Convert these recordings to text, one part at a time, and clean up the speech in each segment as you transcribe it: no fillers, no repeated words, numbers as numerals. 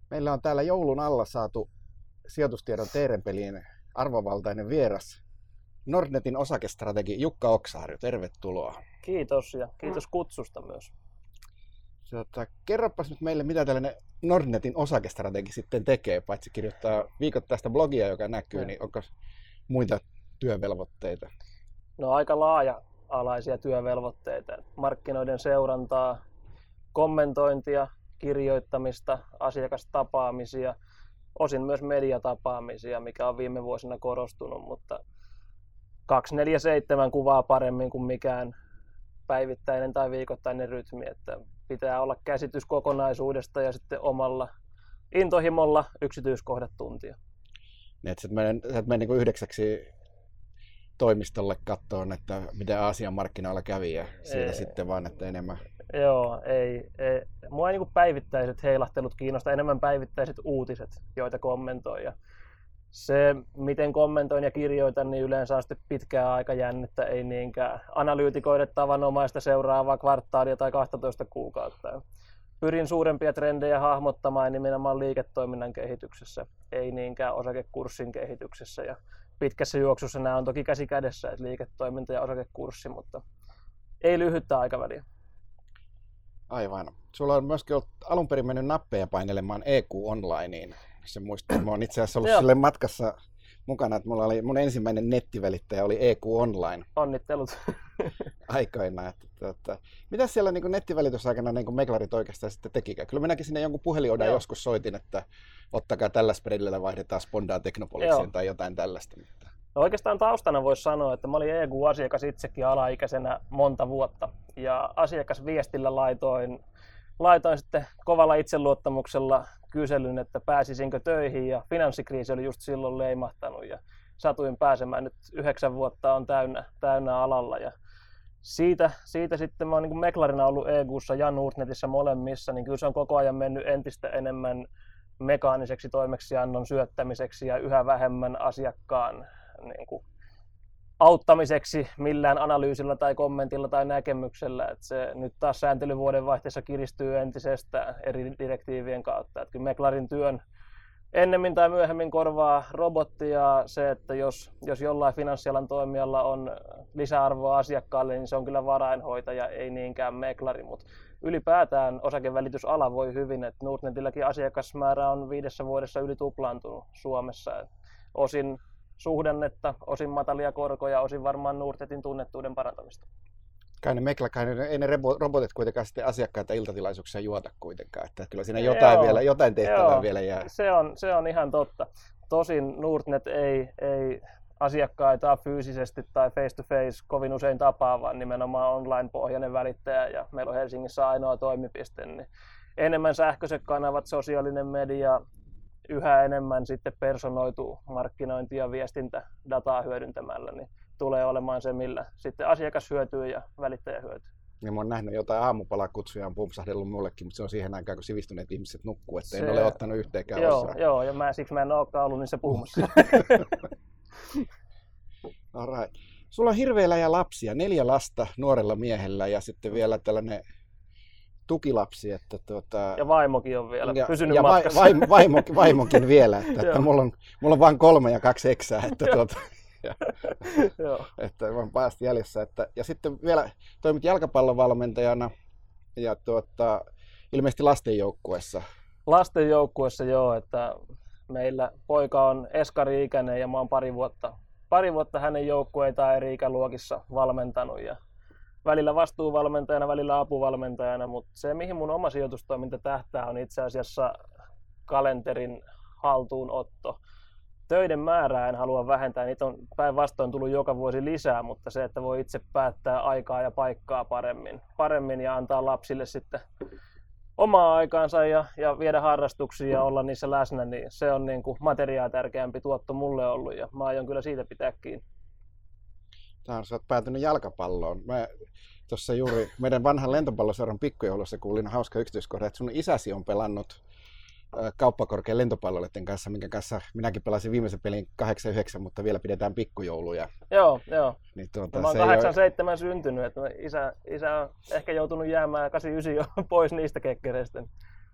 Meillä on täällä joulun alla saatu sijoitustiedon Teerenpeliin arvovaltainen vieras, Nordnetin osakestrategi Jukka Oksaharju. Tervetuloa. Kiitos ja kiitos kutsusta myös. Kerropas nyt meille, mitä tällainen Nordnetin osakestrategi sitten tekee, paitsi kirjoittaa viikoittaista blogia, joka näkyy, niin onko muita työvelvoitteita? No aika laaja-alaisia työvelvoitteita. Markkinoiden seurantaa, kommentointia, kirjoittamista, asiakastapaamisia, osin myös mediatapaamisia, mikä on viime vuosina korostunut, mutta 247 kuvaa paremmin kuin mikään päivittäinen tai viikoittainen rytmi, että pitää olla käsitys kokonaisuudesta ja sitten omalla intohimolla yksityiskohdat tuntia. Niin, että sä et mene niin 9 toimistolle katsomaan, että miten Aasian markkinoilla kävi ja siitä sitten vaan, että enemmän. Joo, ei. Mua ei niin päivittäiset heilahtelut kiinnosta, enemmän päivittäiset uutiset, joita kommentoin. Ja se, miten kommentoin ja kirjoitan, niin yleensä on sitten pitkää aikajännettä, ei niinkään analyytikoiden tavanomaista seuraavaa kvartaalia tai 12 kuukautta. Pyrin suurempia trendejä hahmottamaan nimenomaan liiketoiminnan kehityksessä, ei niinkään osakekurssin kehityksessä. Ja pitkässä juoksussa nämä on toki käsi kädessä, että liiketoiminta ja osakekurssi, mutta ei lyhyttä aikaväliä. Aivan. Sulla on myöskin ollut alun perin mennyt nappeja painelemaan EQ Onlineen. Se muistaa, mä oon itse asiassa ollut sille matkassa mukana, että mulla oli mun ensimmäinen nettivälittäjä oli EQ Online. Onnittelut. Aikoina. Mitä siellä niin nettivälitysaikana niin meklarit oikeastaan sitten tekikään? Kyllä minäkin sinne jonkun puhelinodan joskus soitin, että ottakaa tällä spreadillä vaihdetaan Spondaa Teknopoliksiin tai jotain tällaista. No oikeastaan taustana voisi sanoa, että mä olin EQ-asiakas itsekin alaikäisenä monta vuotta. Ja asiakasviestillä laitoin sitten kovalla itseluottamuksella kyselyn, että pääsisinkö töihin, ja finanssikriisi oli just silloin leimahtanut ja satuin pääsemään. Nyt 9 vuotta on täynnä alalla ja siitä sitten mä oon niin meklarina ollut EQ:ssa ja Nordnetissä molemmissa, niin kyllä se on koko ajan mennyt entistä enemmän mekaaniseksi toimeksiannon syöttämiseksi ja yhä vähemmän asiakkaan niin kuin auttamiseksi millään analyysillä tai kommentilla tai näkemyksellä. Että se nyt taas sääntelyvuoden vaihteessa kiristyy entisestään eri direktiivien kautta. Että kyllä meklarin työn ennemmin tai myöhemmin korvaa robotti, ja se, että jos jollain finanssialan toimijalla on lisäarvoa asiakkaalle, niin se on kyllä varainhoitaja, ei niinkään meklari. Mutta ylipäätään osakevälitysala voi hyvin, että Nordnetilläkin asiakasmäärä on 5 vuodessa yli tuplaantunut Suomessa. Osin suhdannetta, osin matalia korkoja, osin varmaan Nordnetin tunnettuuden parantamista. Ei ne robotit kuitenkaan sitten asiakkaita iltatilaisuuksia juota kuitenkaan, että kyllä siinä jotain tehtävää vielä jää. Se on ihan totta. Tosin Nordnet ei asiakkaita fyysisesti tai face to face kovin usein tapaa, vaan nimenomaan online-pohjainen välittäjä, ja meillä on Helsingissä ainoa toimipiste, niin enemmän sähköiset kanavat, sosiaalinen media, yhä enemmän sitten personoituu markkinointi- ja viestintädataa hyödyntämällä, niin tulee olemaan se, millä sitten asiakas hyötyy ja välittäjä hyötyy. Ja mä oon nähnyt jotain aamupalakutsuja, on pumpsahdellut mullekin, mutta se on siihen aikaan, kun sivistyneet ihmiset nukkuu, että en ole ottanut yhteenkään osaa. Joo, ja siksi mä en olekaan ollut niissä puhumassa. Alright. Sulla on hirveä läjä lapsia, 4 lasta nuorella miehellä ja sitten vielä tällainen tukilapsi. Että ja vaimokin on vielä pysynyt matkassa. Vaimokin vielä, että mulla on vain 3 ja 2 eksää. Että olen pahasti jäljessä. Ja sitten vielä toimit jalkapallovalmentajana ja ilmeisesti lastenjoukkueessa. Lastenjoukkueessa joo, että meillä poika on eskari-ikäinen ja mä oon pari vuotta hänen joukkueitaan eri ikäluokissa valmentanut ja välillä vastuuvalmentajana, välillä apuvalmentajana, mutta se mihin mun oma sijoitustoiminta tähtää on itse asiassa kalenterin haltuunotto. Töiden määrää en halua vähentää, niitä on päinvastoin tullut joka vuosi lisää, mutta se, että voi itse päättää aikaa ja paikkaa paremmin ja antaa lapsille sitten omaa aikaansa ja viedä harrastuksia ja olla niissä läsnä, niin se on niin kuin materiaa tärkeämpi tuotto mulle ollut, ja mä aion kyllä siitä pitää kiinni. Sä oot päätynyt jalkapalloon. Mä tuossa juuri meidän vanhan lentopalloseuran pikkujoulussa kuulin hauska yksityiskohta, että sun isäsi on pelannut Kauppakorkean lentopalloilijoiden kanssa, minkä kanssa minäkin pelasin viimeisen pelin 8-9, mutta vielä pidetään pikkujouluja. Joo. Niin mä oon 87 syntynyt, että isä on ehkä joutunut jäämään 89 jo pois niistä kekkereistä.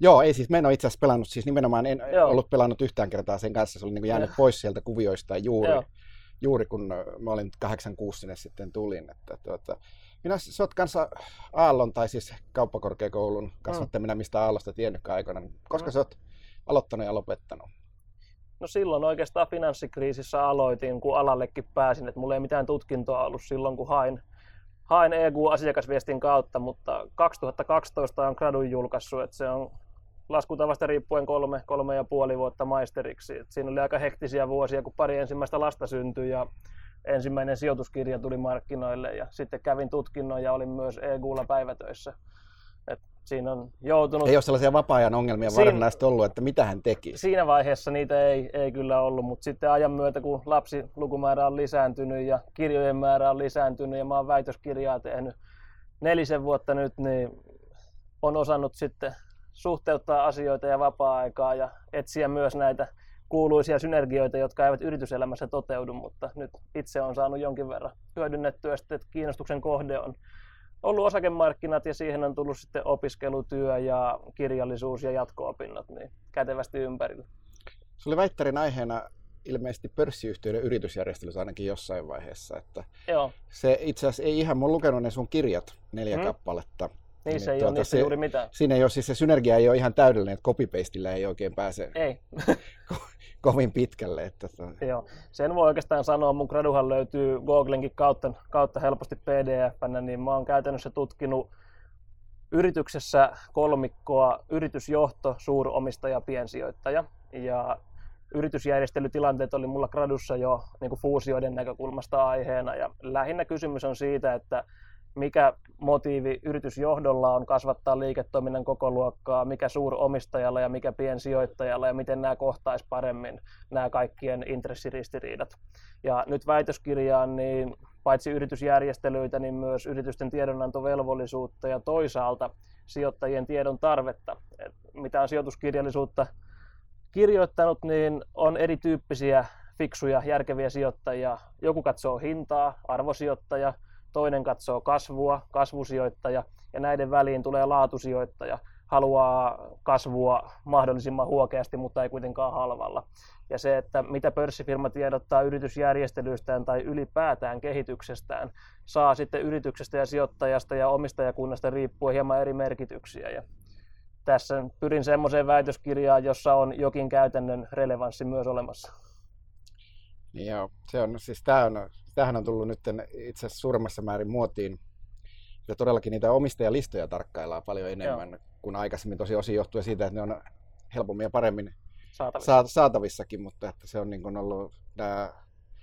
Joo, ei siis, mä en ole itse asiassa pelannut, siis nimenomaan en ollut pelannut yhtään kertaa sen kanssa, se oli niin kuin jäänyt pois sieltä kuvioista juuri kun mä olin 86 sinne sitten tulin. Minä sä oot kanssa Aallon tai siis kauppakorkeakoulun kasvattamina, mistä Aallosta tiennytkään aikana. Koska sä oot aloittanut ja lopettanut? No silloin oikeastaan finanssikriisissä aloitin, kun alallekin pääsin. Että mulla ei mitään tutkintoa ollut silloin, kun hain EQ-asiakasviestin kautta, mutta 2012 on gradun julkaissut, että se on laskutavasta riippuen 3,5 vuotta maisteriksi. Et siinä oli aika hektisiä vuosia, kun pari ensimmäistä lasta syntyi ja ensimmäinen sijoituskirja tuli markkinoille ja sitten kävin tutkinnon ja olin myös EQ:lla päivätöissä. Et siinä on joutunut... Ei ole sellaisia vapaa-ajan ongelmia varsinaisesti ollut, että mitä hän teki? Siinä vaiheessa niitä ei kyllä ollut, mutta sitten ajan myötä, kun lapsilukumäärä on lisääntynyt ja kirjojen määrä on lisääntynyt ja mä oon väitöskirjaa tehnyt 4 vuotta nyt, niin on osannut sitten suhteuttaa asioita ja vapaa-aikaa ja etsiä myös näitä kuuluisia synergioita, jotka eivät yrityselämässä toteudu, mutta nyt itse on saanut jonkin verran hyödynnettyä sitten, että kiinnostuksen kohde on ollut osakemarkkinat ja siihen on tullut sitten opiskelutyö ja kirjallisuus ja jatko-opinnot niin kätevästi ympärillä. Se oli väittärin aiheena ilmeisesti pörssiyhtiöiden yritysjärjestelyssä ainakin jossain vaiheessa. Että joo. Se itse asiassa ei ihan, mä oon lukenut ne sun kirjat 4 kappaletta. Niin se ei ole niistä juuri mitään. Siinä ei ole, siis se synergia ei ole ihan täydellinen, että copy-pastilla ei oikein pääse kovin pitkälle. Että... Joo. Sen voi oikeastaan sanoa, mun graduhan löytyy Googlenkin kautta helposti PDF-nä, niin mä oon käytännössä tutkinut yrityksessä kolmikkoa yritysjohto, suuromistaja, piensijoittaja. Ja yritysjärjestelytilanteet oli mulla gradussa jo niin kuin fuusioiden näkökulmasta aiheena. Ja lähinnä kysymys on siitä, että mikä motiivi yritysjohdolla on kasvattaa liiketoiminnan kokoluokkaa, mikä suuromistajalla ja mikä piensijoittajalla ja miten nämä kohtaisi paremmin nämä kaikkien intressiristiriidat. Ja nyt väitöskirjaan niin paitsi yritysjärjestelyitä, niin myös yritysten tiedonantovelvollisuutta ja toisaalta sijoittajien tiedon tarvetta. Et mitä on sijoituskirjallisuutta kirjoittanut, niin on erityyppisiä fiksuja, järkeviä sijoittajia. Joku katsoo hintaa, arvosijoittaja, toinen katsoo kasvua, kasvusijoittaja ja näiden väliin tulee laatusijoittaja. Haluaa kasvua mahdollisimman huokeasti, mutta ei kuitenkaan halvalla. Ja se, että mitä pörssifirma tiedottaa yritysjärjestelyistään tai ylipäätään kehityksestään, saa sitten yrityksestä ja sijoittajasta ja omistajakunnasta riippuen hieman eri merkityksiä. Ja tässä pyrin semmoiseen väitöskirjaan, jossa on jokin käytännön relevanssi myös olemassa. Joo, se on, siis tämähän on tullut nyt itse asiassa suuremmassa määrin muotiin. Ja todellakin niitä omistajalistoja tarkkaillaan paljon enemmän kuin aikaisemmin. Tosi osin johtuen siitä, että ne on helpommin ja paremmin saatavissakin, mutta että se on niin kuin ollut tämä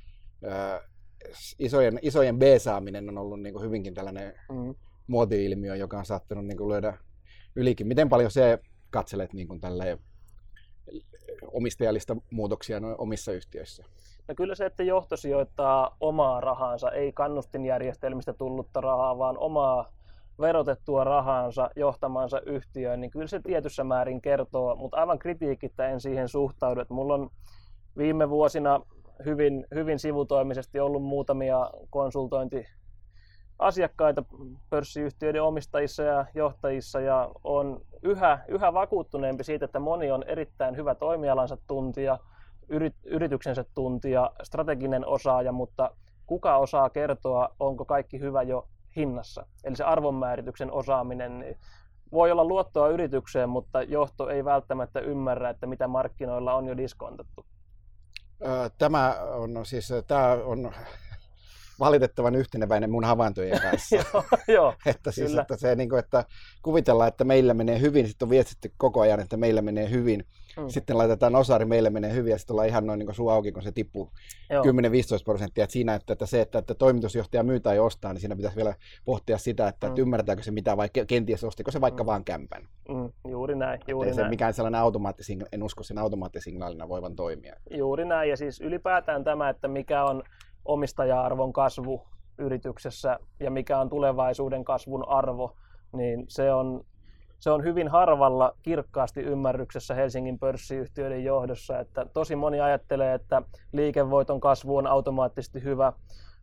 isojen B-saaminen on ollut niin kuin hyvinkin tällainen muoti-ilmiö, joka on saattanut niin kuin lyödä ylikin. Miten paljon se katselet niin kuin tälleen omistajalista muutoksia omissa yhtiöissä? No kyllä se, että johto sijoittaa omaa rahansa, ei kannustinjärjestelmistä tullutta rahaa, vaan omaa verotettua rahansa johtamansa yhtiöön, niin kyllä se tietyssä määrin kertoo, mutta aivan kritiikittä en siihen suhtaudu. Että mulla on viime vuosina hyvin sivutoimisesti ollut muutamia konsultointiasiakkaita pörssiyhtiöiden omistajissa ja johtajissa ja on yhä vakuuttuneempi siitä, että moni on erittäin hyvä toimialansa tuntija, yrityksensä tuntija, strateginen osaaja, mutta kuka osaa kertoa, onko kaikki hyvä jo hinnassa. Eli se arvonmäärityksen osaaminen niin voi olla luottoa yritykseen, mutta johto ei välttämättä ymmärrä, että mitä markkinoilla on jo diskontattu. Tämä on valitettavan yhteneväinen mun havaintojen kanssa. Joo, että, siis, että, se, niin kuin, että kuvitellaan, että meillä menee hyvin, sitten on viestitty koko ajan, että meillä menee hyvin. Sitten laitetaan osari, meillä menee hyvin ja sitten ollaan ihan noin niin suu auki, kun se tippuu 10-15%. Että siinä, että toimitusjohtaja myy tai ostaa, niin siinä pitäisi vielä pohtia sitä, että ymmärtääkö se mitä vai kenties ostiko se vaikka vaan kämpän. Juuri näin. Se mikään sellainen en usko sen automaattisignaalina voivan toimia. Juuri näin ja siis ylipäätään tämä, että mikä on omistaja-arvon kasvu yrityksessä ja mikä on tulevaisuuden kasvun arvo, niin se on hyvin harvalla kirkkaasti ymmärryksessä Helsingin pörssiyhtiöiden johdossa, että tosi moni ajattelee, että liikevoiton kasvu on automaattisesti hyvä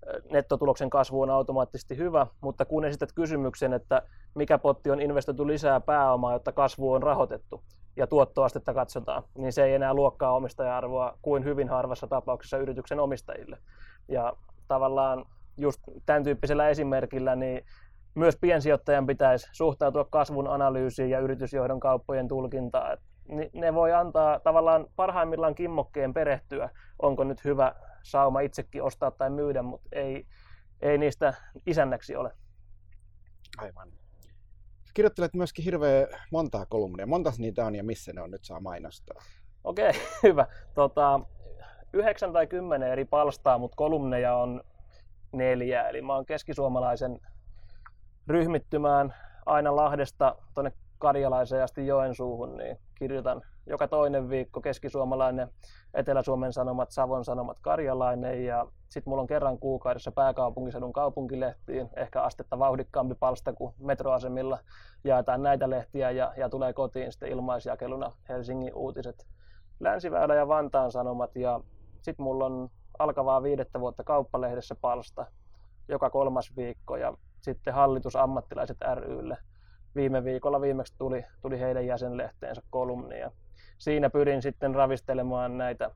nettotuloksen kasvu on automaattisesti hyvä, mutta kun esität kysymyksen, että mikä potti on investoitu lisää pääomaa, jotta kasvu on rahoitettu ja tuottoastetta katsotaan, niin se ei enää luokkaa omistaja-arvoa kuin hyvin harvassa tapauksessa yrityksen omistajille. Ja tavallaan just tämän tyyppisellä esimerkillä niin myös piensijoittajan pitäisi suhtautua kasvun analyysiin ja yritysjohdon kauppojen tulkintaan. Ne voi antaa tavallaan parhaimmillaan kimmokkeen perehtyä, onko nyt hyvä sauma itsekin ostaa tai myydä, mutta ei niistä isännäksi ole. Aivan. Kirjoittelet myöskin hirveän montaa kolumnia. Montas niitä on ja missä ne on, nyt saa mainostaa? Okei, hyvä. 9 tai 10 eri palstaa, mutta kolumneja on 4. Eli mä oon keskisuomalaisen ryhmittymään aina Lahdesta tuonne Karjalaiseen asti Joensuuhun, niin kirjoitan joka toinen viikko Keskisuomalainen, Etelä-Suomen Sanomat, Savon Sanomat, Karjalainen ja sitten mulla on kerran kuukaudessa Pääkaupunkiseudun kaupunkilehtiin, ehkä astetta vauhdikkaampi palsta kuin metroasemilla jaetaan näitä lehtiä ja tulee kotiin sitten ilmaisjakeluna Helsingin Uutiset, Länsiväylä ja Vantaan Sanomat ja sitten mulla on alkavaa 5. vuotta Kauppalehdessä palsta joka 3. viikko ja sitten Hallitusammattilaiset ry:lle. Viime viikolla viimeksi tuli heidän jäsenlehteensä kolumni ja siinä pyrin sitten ravistelemaan näitä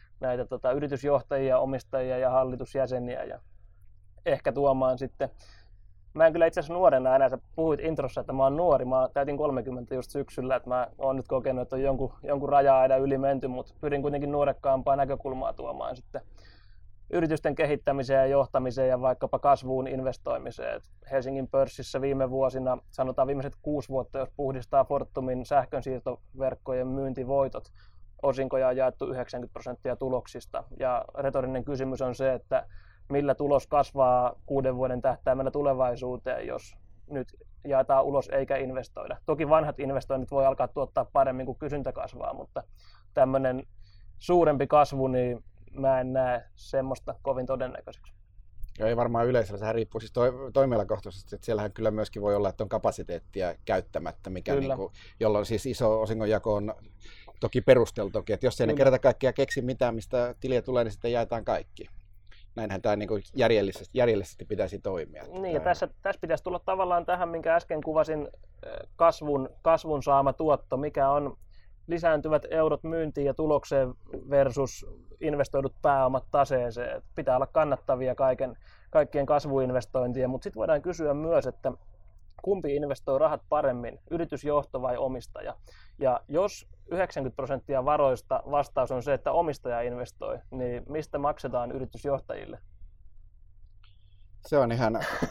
yritysjohtajia, omistajia ja hallitusjäseniä ja ehkä tuomaan sitten, mä en kyllä itse asiassa nuorena enää, sä puhuit introssa, että mä oon nuori, mä täytin 30 just syksyllä, että mä oon nyt kokenut, että on jonkun raja-aidan yli menty, mutta pyrin kuitenkin nuorekkaampaa näkökulmaa tuomaan sitten yritysten kehittämiseen ja johtamiseen ja vaikkapa kasvuun investoimiseen. Et Helsingin pörssissä viime vuosina, sanotaan viimeiset 6 vuotta, jos puhdistaa Fortumin sähkönsiirtoverkkojen myyntivoitot, osinkoja on jaettu 90% tuloksista. Ja retorinen kysymys on se, että millä tulos kasvaa 6 vuoden tähtäimellä tulevaisuuteen, jos nyt jaetaan ulos eikä investoida. Toki vanhat investoinnit voi alkaa tuottaa paremmin, kuin kysyntä kasvaa, mutta tämmöinen suurempi kasvu, niin mä en näe semmoista kovin todennäköiseksi. Ei varmaan yleisöllä, sehän riippuu siis toimialakohtaisesti, että siellähän kyllä myöskin voi olla, että on kapasiteettia käyttämättä, mikä jolloin siis iso osingonjako on toki perusteltukin, että jos ei ne kerätä kaikkia keksi mitään, mistä tiliä tulee, niin sitten jaetaan kaikki. Näinhän tämä niin järjellisesti pitäisi toimia. Niin, ja tässä pitäisi tulla tavallaan tähän, minkä äsken kuvasin, kasvun saama tuotto, mikä on lisääntyvät eurot myyntiin ja tulokseen versus investoidut pääomat taseeseen. Pitää olla kannattavia kaikkien kasvuinvestointien, mutta sitten voidaan kysyä myös, että kumpi investoi rahat paremmin, yritysjohto vai omistaja. Ja jos 90% varoista vastaus on se, että omistaja investoi, niin mistä maksetaan yritysjohtajille? Se on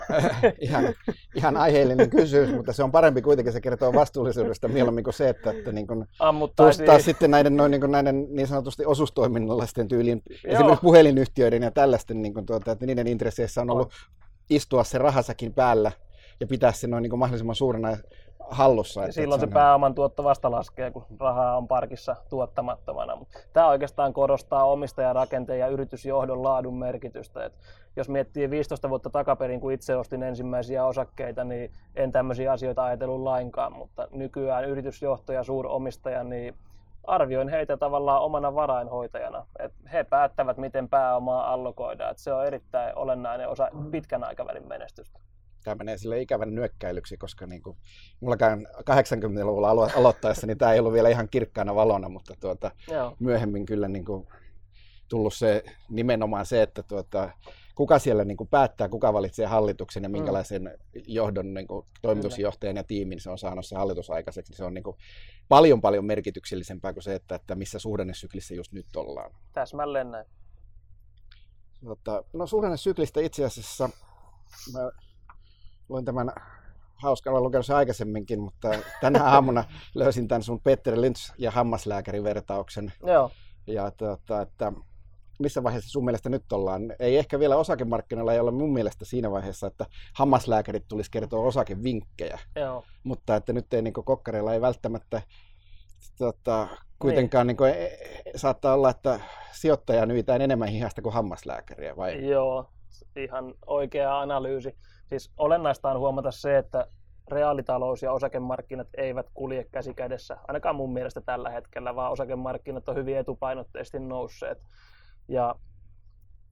ihan aiheellinen kysymys, mutta se on parempi kuitenkin, se kertoo vastuullisuudesta mieluummin kuin se, että niin tuostaa sitten näiden niin sanotusti osuustoiminnallisten tyyliin, esimerkiksi puhelinyhtiöiden ja tällaisten, että niiden intresseissä on ollut istua se rahasäkin päällä ja pitää se noin mahdollisimman suurena hallussa. Että silloin se pääoman tuotto vasta laskee, kun rahaa on parkissa tuottamattomana. Tämä oikeastaan korostaa omistajarakenteen ja yritysjohdon laadun merkitystä. Et jos miettii 15 vuotta takaperin, kun itse ostin ensimmäisiä osakkeita, niin en tämmöisiä asioita ajatellut lainkaan. Mutta nykyään yritysjohto ja suuromistaja, niin arvioin heitä tavallaan omana varainhoitajana. Et he päättävät, miten pääomaa allokoidaan. Et se on erittäin olennainen osa pitkän aikavälin menestystä. Tämä menee sille ikävän nyökkäilyksi, koska mullakaan 80-luvulla aloittaessa niin tämä ei ollut vielä ihan kirkkaana valona, mutta myöhemmin kyllä tullut se nimenomaan se, että kuka siellä päättää, kuka valitsee hallituksen ja minkälaisen johdon toimitusjohtajan ja tiimin se on saanut se hallitus aikaiseksi. Se on paljon merkityksellisempää kuin se, että missä suhdannesyklissä just nyt ollaan. Täsmälleen näin. Suhdannesyklistä itse asiassa mä luin tämän hauskan, olen lukenut sen aikaisemminkin, mutta tänä aamuna löysin tämän sun Peter Lynch ja hammaslääkärivertauksen. Joo. Ja että missä vaiheessa sun mielestä nyt ollaan? Ei ehkä vielä osakemarkkinoilla, ei ole mun mielestä siinä vaiheessa, että hammaslääkärit tulisi kertoa osakevinkkejä. Joo. Mutta että nyt ei kokkareilla ei välttämättä kuitenkaan saattaa olla, että sijoittaja nyytään enemmän hihasta kuin hammaslääkäriä, vai? Joo, ihan oikea analyysi. Siis olennaista on huomata se, että reaalitalous ja osakemarkkinat eivät kulje käsi kädessä, ainakaan mun mielestä tällä hetkellä, vaan osakemarkkinat on hyvin etupainotteisesti nousseet. Ja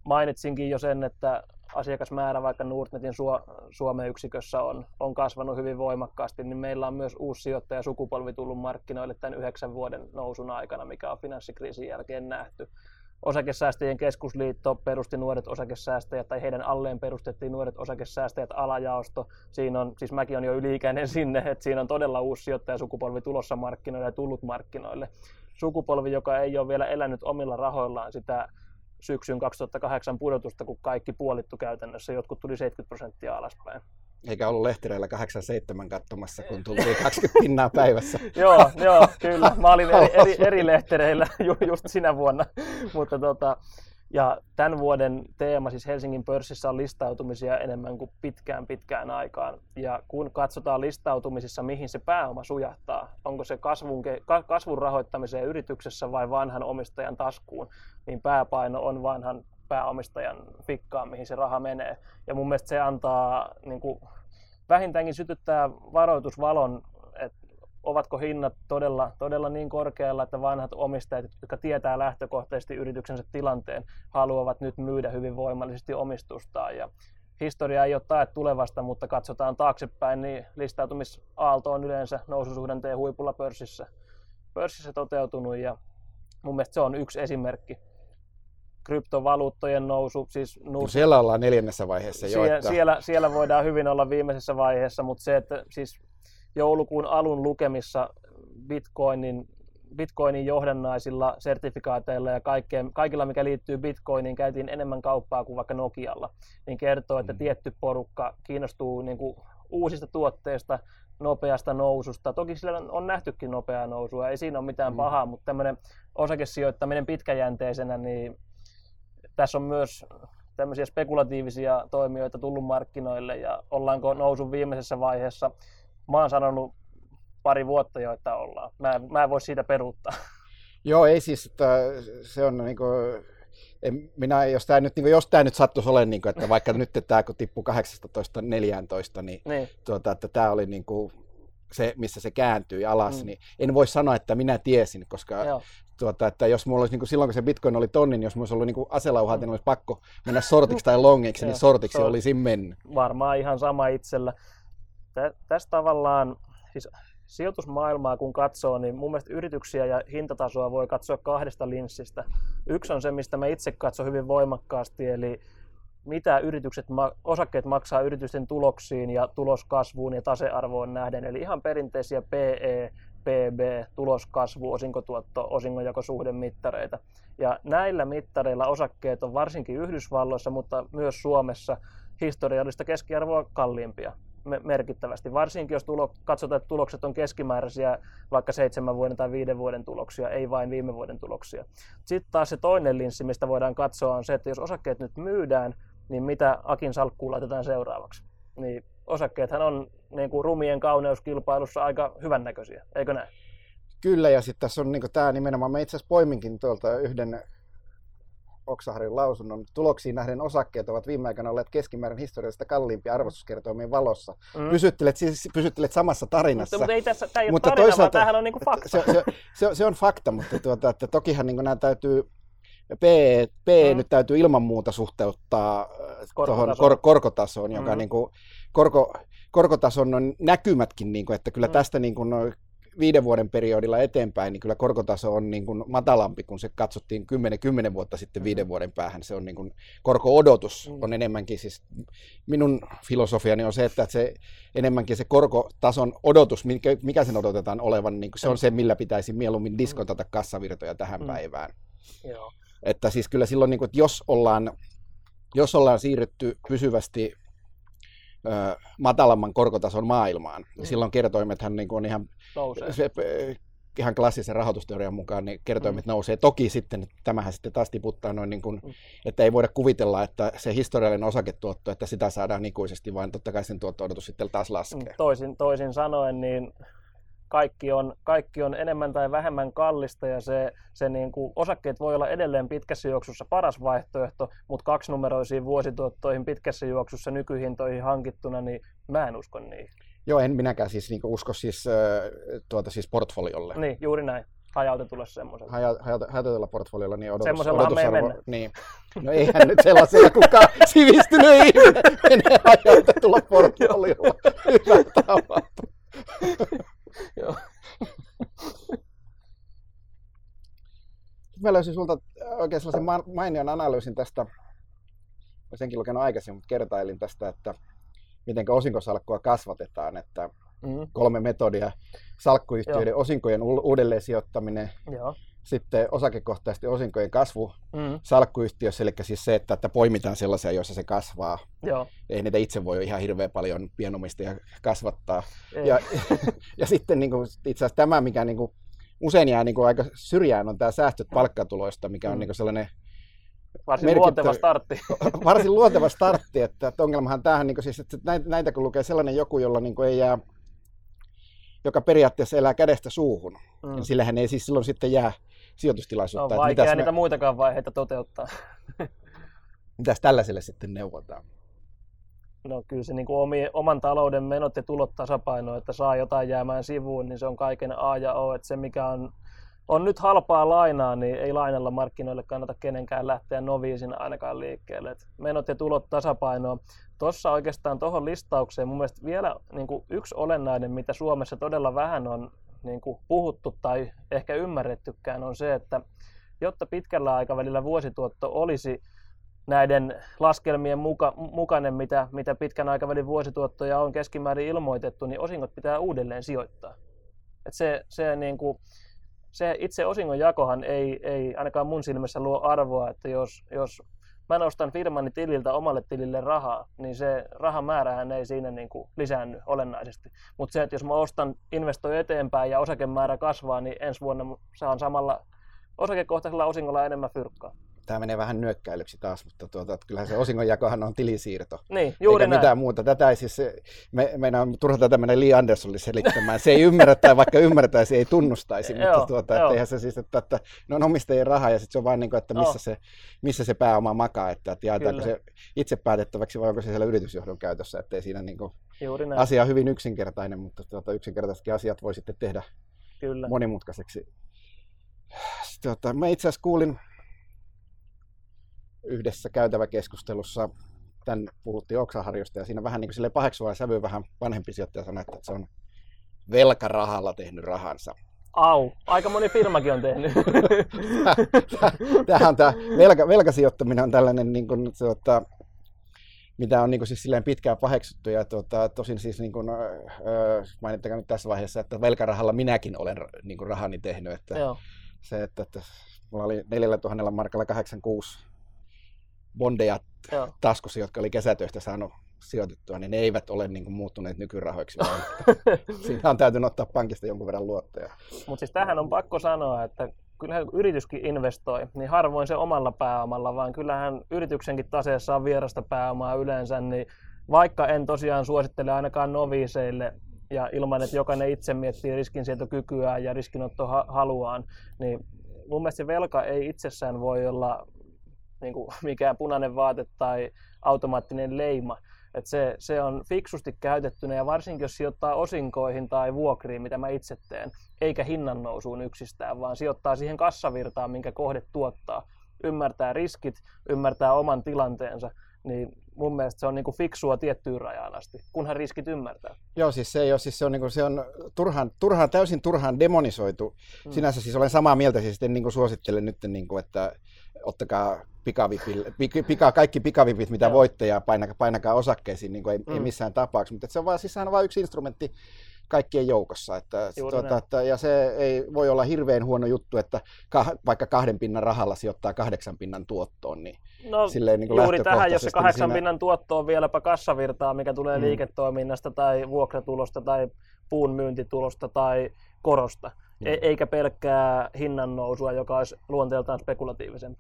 mainitsinkin jo sen, että asiakasmäärä vaikka Nordnetin Suomen yksikössä on kasvanut hyvin voimakkaasti, niin meillä on myös uusi sijoittaja sukupolvi tullut markkinoille tämän 9 vuoden nousun aikana, mikä on finanssikriisin jälkeen nähty. Osakesäästäjien keskusliitto perusti Nuoret osakesäästäjät, tai heidän alleen perustettiin Nuoret osakesäästäjät alajaosto. Siinä on, siis mäkin olen jo yli-ikäinen sinne, että siinä on todella uusi sijoittajasukupolvi tulossa markkinoille ja tullut markkinoille. Sukupolvi, joka ei ole vielä elänyt omilla rahoillaan sitä syksyn 2008 pudotusta, kun kaikki puolittu käytännössä, jotkut tuli 70% alaspäin. Eikä ollut lehtereillä 8-7 katsomassa, kun tultiin 20 pinnaa päivässä. Joo, kyllä. Mä olin eri lehtereillä just sinä vuonna. Mutta ja tämän vuoden teema siis Helsingin pörssissä on listautumisia enemmän kuin pitkään aikaan. Ja kun katsotaan listautumisissa, mihin se pääoma sujahtaa, onko se kasvun rahoittamiseen yrityksessä vai vanhan omistajan taskuun, niin pääpaino on vanhan pääomistajan fikkaan, mihin se raha menee. Ja mun mielestä se antaa niin kuin, vähintäänkin sytyttää varoitusvalon, että ovatko hinnat todella niin korkealla, että vanhat omistajat, jotka tietää lähtökohtaisesti yrityksensä tilanteen, haluavat nyt myydä hyvin voimallisesti omistustaan. Ja historia ei ole tae tulevasta, mutta katsotaan taaksepäin, niin listautumisaalto on yleensä noususuhdanteen huipulla pörssissä toteutunut, ja mun mielestä se on yksi esimerkki. Kryptovaluuttojen nousu. Siis siellä ollaan 4. vaiheessa jo. Siellä voidaan hyvin olla viimeisessä vaiheessa, mutta se, että siis joulukuun alun lukemissa Bitcoinin johdannaisilla, sertifikaateilla ja kaikilla, mikä liittyy Bitcoiniin, käytiin enemmän kauppaa kuin vaikka Nokialla, niin kertoo, että tietty porukka kiinnostuu niin kuin uusista tuotteista, nopeasta noususta. Toki sillä on nähtykin nopeaa nousua, ei siinä ole mitään pahaa, mutta tämmöinen osakesijoittaminen pitkäjänteisenä, niin tässä on myös tämmöisiä spekulatiivisia toimijoita tullut markkinoille ja ollaanko nousun viimeisessä vaiheessa. Mä oon sanonut pari vuotta jo, että ollaan. Mä en voi siitä peruuttaa. Joo, ei siis, että se on niinku, jos tämä nyt sattuisi olemaan, niin kuin, että vaikka nyt tämä kun tippuu 18-14, niin. Että tämä oli niinku se, missä se kääntyi alas, niin en voi sanoa, että minä tiesin, koska että jos mulla olisi niin kuin silloin, kun se Bitcoin oli tonni, niin jos mulla olisi ollut niin aselauhat, niin olisi pakko mennä sortiksi tai longiksi, niin sortiksi olisi mennyt. Varmaan ihan sama itsellä. Tässä tavallaan, siis sijoitusmaailmaa kun katsoo, niin mun mielestä yrityksiä ja hintatasoa voi katsoa 2 linssistä. Yksi on se, mistä mä itse katson hyvin voimakkaasti, eli mitä osakkeet maksaa yritysten tuloksiin ja tuloskasvuun ja tasearvoon nähden. Eli ihan perinteisiä PE, PB, tuloskasvu, osinkotuotto, osingonjakosuhdemittareita. Ja näillä mittareilla osakkeet on varsinkin Yhdysvalloissa, mutta myös Suomessa historiallista keskiarvoa kalliimpia merkittävästi. Varsinkin jos katsotaan, että tulokset on keskimääräisiä vaikka 7 vuoden tai 5 vuoden tuloksia, ei vain viime vuoden tuloksia. Sitten taas se toinen linssi, mistä voidaan katsoa, on se, että jos osakkeet nyt myydään, niin mitä Akin salkkuun laitetaan seuraavaksi. Niin osakkeethan on niin kuin rumien kauneuskilpailussa aika hyvännäköisiä, eikö näin? Kyllä, ja sitten tässä on niin tämä nimenomaan, mä itse asiassa poiminkin tuolta yhden Oksaharin lausunnon. Tuloksiin nähden osakkeet ovat viime aikoina olleet keskimäärin historiallista kalliimpia arvostuskertoimien valossa. Pysyttelet samassa tarinassa. Mutta ei tässä, tämä ei ole tarina, vaan tämähän on niin kuin fakta. Se on fakta, mutta että tokihan niin nämä täytyy, nyt täytyy ilman muuta suhteuttaa tuohon korkotasoon, joka niin kuin, korkotason on näkymätkin, niin kuin, että kyllä tästä niin kuin, 5 vuoden periodilla eteenpäin, niin kyllä korkotaso on niin kuin matalampi, kun se katsottiin 10 vuotta sitten 5 vuoden päähän. Se on niin kuin, korko-odotus on enemmänkin, siis minun filosofiani on se, että se enemmänkin se korkotason odotus, mikä sen odotetaan olevan, niin kuin se on se, millä pitäisi mieluummin diskontata kassavirtoja tähän päivään. Joo. Että siis kyllä silloin, niin kuin, että jos ollaan siirrytty pysyvästi matalamman korkotason maailmaan, niin silloin kertoimethan niin on ihan klassisen rahoitusteorian mukaan, niin kertoimet nousee. Toki sitten tämähän sitten taas tiputtaa noin, niin kuin, että ei voida kuvitella, että se historiallinen osaketuotto, että sitä saadaan ikuisesti, vaan totta kai sen tuotto-odotus sitten taas laskee. Toisin sanoen, niin kaikki on enemmän tai vähemmän kallista ja se niin kuin, osakkeet voi olla edelleen pitkässä juoksussa paras vaihtoehto, mutta 2-numeroisiin vuosituottoihin pitkässä juoksussa nykyhintoihin hankittuna, niin mä en usko niihin. Joo, en minäkään siis niin usko siis portfoliolle. Niin, juuri näin. hajautetulle semmoiselle. Hajautetulla portfoliolla niin Semmoisellahan me ei mennä. Niin. No eihän nyt sellaisella kukaan sivistynyt ihminen menee hajautetulla portfoliolla. Hyvä tapahtu. Joo. Mä löysin sulta oikein sellaisen mainion analyysin tästä, olen senkin lukenut aikaisemmin, mutta kertailin tästä, että miten osinkosalkkua kasvatetaan, että 3 metodia, salkkuyhtiöiden osinkojen uudelleen sijoittaminen, sitten osakekohtaisten osinkojen kasvu salkkuyhtiössä, eli siis se, että poimitaan sellaisia, joissa se kasvaa. Joo. Ei niitä itse voi ihan hirveän paljon pienomistajia kasvattaa. Ja sitten niin kuin, itse asiassa tämä, mikä niin kuin, usein jää niin kuin aika syrjään, on tämä säästöt palkkatuloista, mikä on niin kuin sellainen varsin luonteva startti. Varsin luonteva startti, että ongelmahan tämähän, niin kuin siis, että näitä kun lukee sellainen joku, jolla niin kuin ei jää, joka periaatteessa elää kädestä suuhun, niin sillähän ei siis silloin sitten jää sijoitustilaisuutta. On vaikea niitä muitakaan vaiheita toteuttaa. Mitäs tällaiselle sitten neuvotaan? No kyllä se niin kuin oman talouden menot ja tulot tasapaino, että saa jotain jäämään sivuun, niin se on kaiken A ja O. Että se mikä on nyt halpaa lainaa, niin ei lainalla markkinoille kannata kenenkään lähteä noviisina ainakaan liikkeelle. Et menot ja tulot tasapainoa. Tuossa oikeastaan tuohon listaukseen mun mielestä vielä niin kuin yksi olennainen, mitä Suomessa todella vähän on niin kuin puhuttu tai ehkä ymmärrettykään, on se, että jotta pitkällä aikavälillä vuosituotto olisi näiden laskelmien mukainen, mitä pitkän aikavälin vuosituottoja on keskimäärin ilmoitettu, niin osingot pitää uudelleen sijoittaa. Et se itse osingonjakohan ei ainakaan mun silmissä luo arvoa, että jos mä nostan firmani tililtä omalle tilille rahaa, niin se rahamäärähän ei siinä niin kuin lisäänny olennaisesti. Mutta se, että jos mä investoin eteenpäin ja osakemäärä kasvaa, niin ensi vuonna saan samalla osakekohtaisella osingolla enemmän fyrkkaa. Tämä menee vähän nyökkäilyksi taas, mutta kyllähän se osingonjakohan on tilisiirto. Niin, juuri eikä näin. Mitään muuta. Tätä ei siis, meidän on turha tätä mennä Lee Andersonille selittämään. Se ei ymmärrä tai vaikka ymmärtäisi, ei tunnustaisi. Mutta eihän se siis, että ne on omistajien rahaa ja sitten se on vaan niin kuin, että missä se pääoma makaa. Että jaetaanko se itse päätettäväksi vai onko se siellä yritysjohdon käytössä. Että ei siinä niin kuin, asia on hyvin yksinkertainen, mutta yksinkertaisetkin asiat voi sitten tehdä monimutkaiseksi. Mä itse asiassa kuulin yhdessä käytäväkeskustelussa, tämän puhuttiin oksaharjusta ja siinä vähän niin kuin paheksuvaa sävyä vähän vanhempi sijoittaja sanoi, että se on velkarahalla tehnyt rahansa. Au, aika moni firmakin on tehnyt. Tämä velkasijoittaminen on tällainen, niin kuin, mitä on niin kuin, siis silleen pitkään paheksuttu ja tosin siis niin kuin, mainittakaa nyt tässä vaiheessa, että velkarahalla minäkin olen niin kuin, rahani tehnyt. Että se, että mulla oli 4 000 markalla 86 bondeja taskussa, jotka oli kesätöistä saanut sijoitettua, niin ne eivät ole niin kuin muuttuneet nykyrahoiksi. Siinä on täytynyt ottaa pankista jonkun verran luottoja. Mutta siis tähän on pakko sanoa, että kyllähän yrityskin investoi, niin harvoin se omalla pääomalla, vaan kyllähän yrityksenkin taseessa on vierasta pääomaa yleensä, niin vaikka en tosiaan suosittele ainakaan noviiseille ja ilman, että jokainen itse miettii riskinsietokykyään ja riskinottohaluaan, niin mun mielestä se velka ei itsessään voi olla niin kuin mikään punainen vaate tai automaattinen leima. Että se on fiksusti käytettynä ja varsinkin jos sijoittaa osinkoihin tai vuokriin, mitä mä itse teen, eikä hinnan nousuun yksistään, vaan sijoittaa siihen kassavirtaan, minkä kohde tuottaa. Ymmärtää riskit, ymmärtää oman tilanteensa, niin mun mielestä se on niinku fiksua tiettyyn rajaan asti, kunhan riskit ymmärtää. Joo, siis se ei ole, siis se on täysin turhaan demonisoitu. Sinänsä siis olen samaa mieltä, siis en niinku suosittele nyt, niinku, että ottakaa kaikki pikavipit, mitä voitte ja painakaa osakkeisiin, niin ei missään tapauksessa, mutta se on vaan, siis sehän on vain yksi instrumentti kaikkien joukossa. Ja se ei voi olla hirveän huono juttu, että vaikka 2 pinnan rahalla sijoittaa 8 pinnan tuottoon. Niin silleen, niin juuri tähän, jos se 8 pinnan tuotto on vieläpä kassavirtaa, mikä tulee liiketoiminnasta tai vuokratulosta tai puun myyntitulosta tai korosta, eikä pelkkää hinnan nousua, joka olisi luonteeltaan spekulatiivisempi.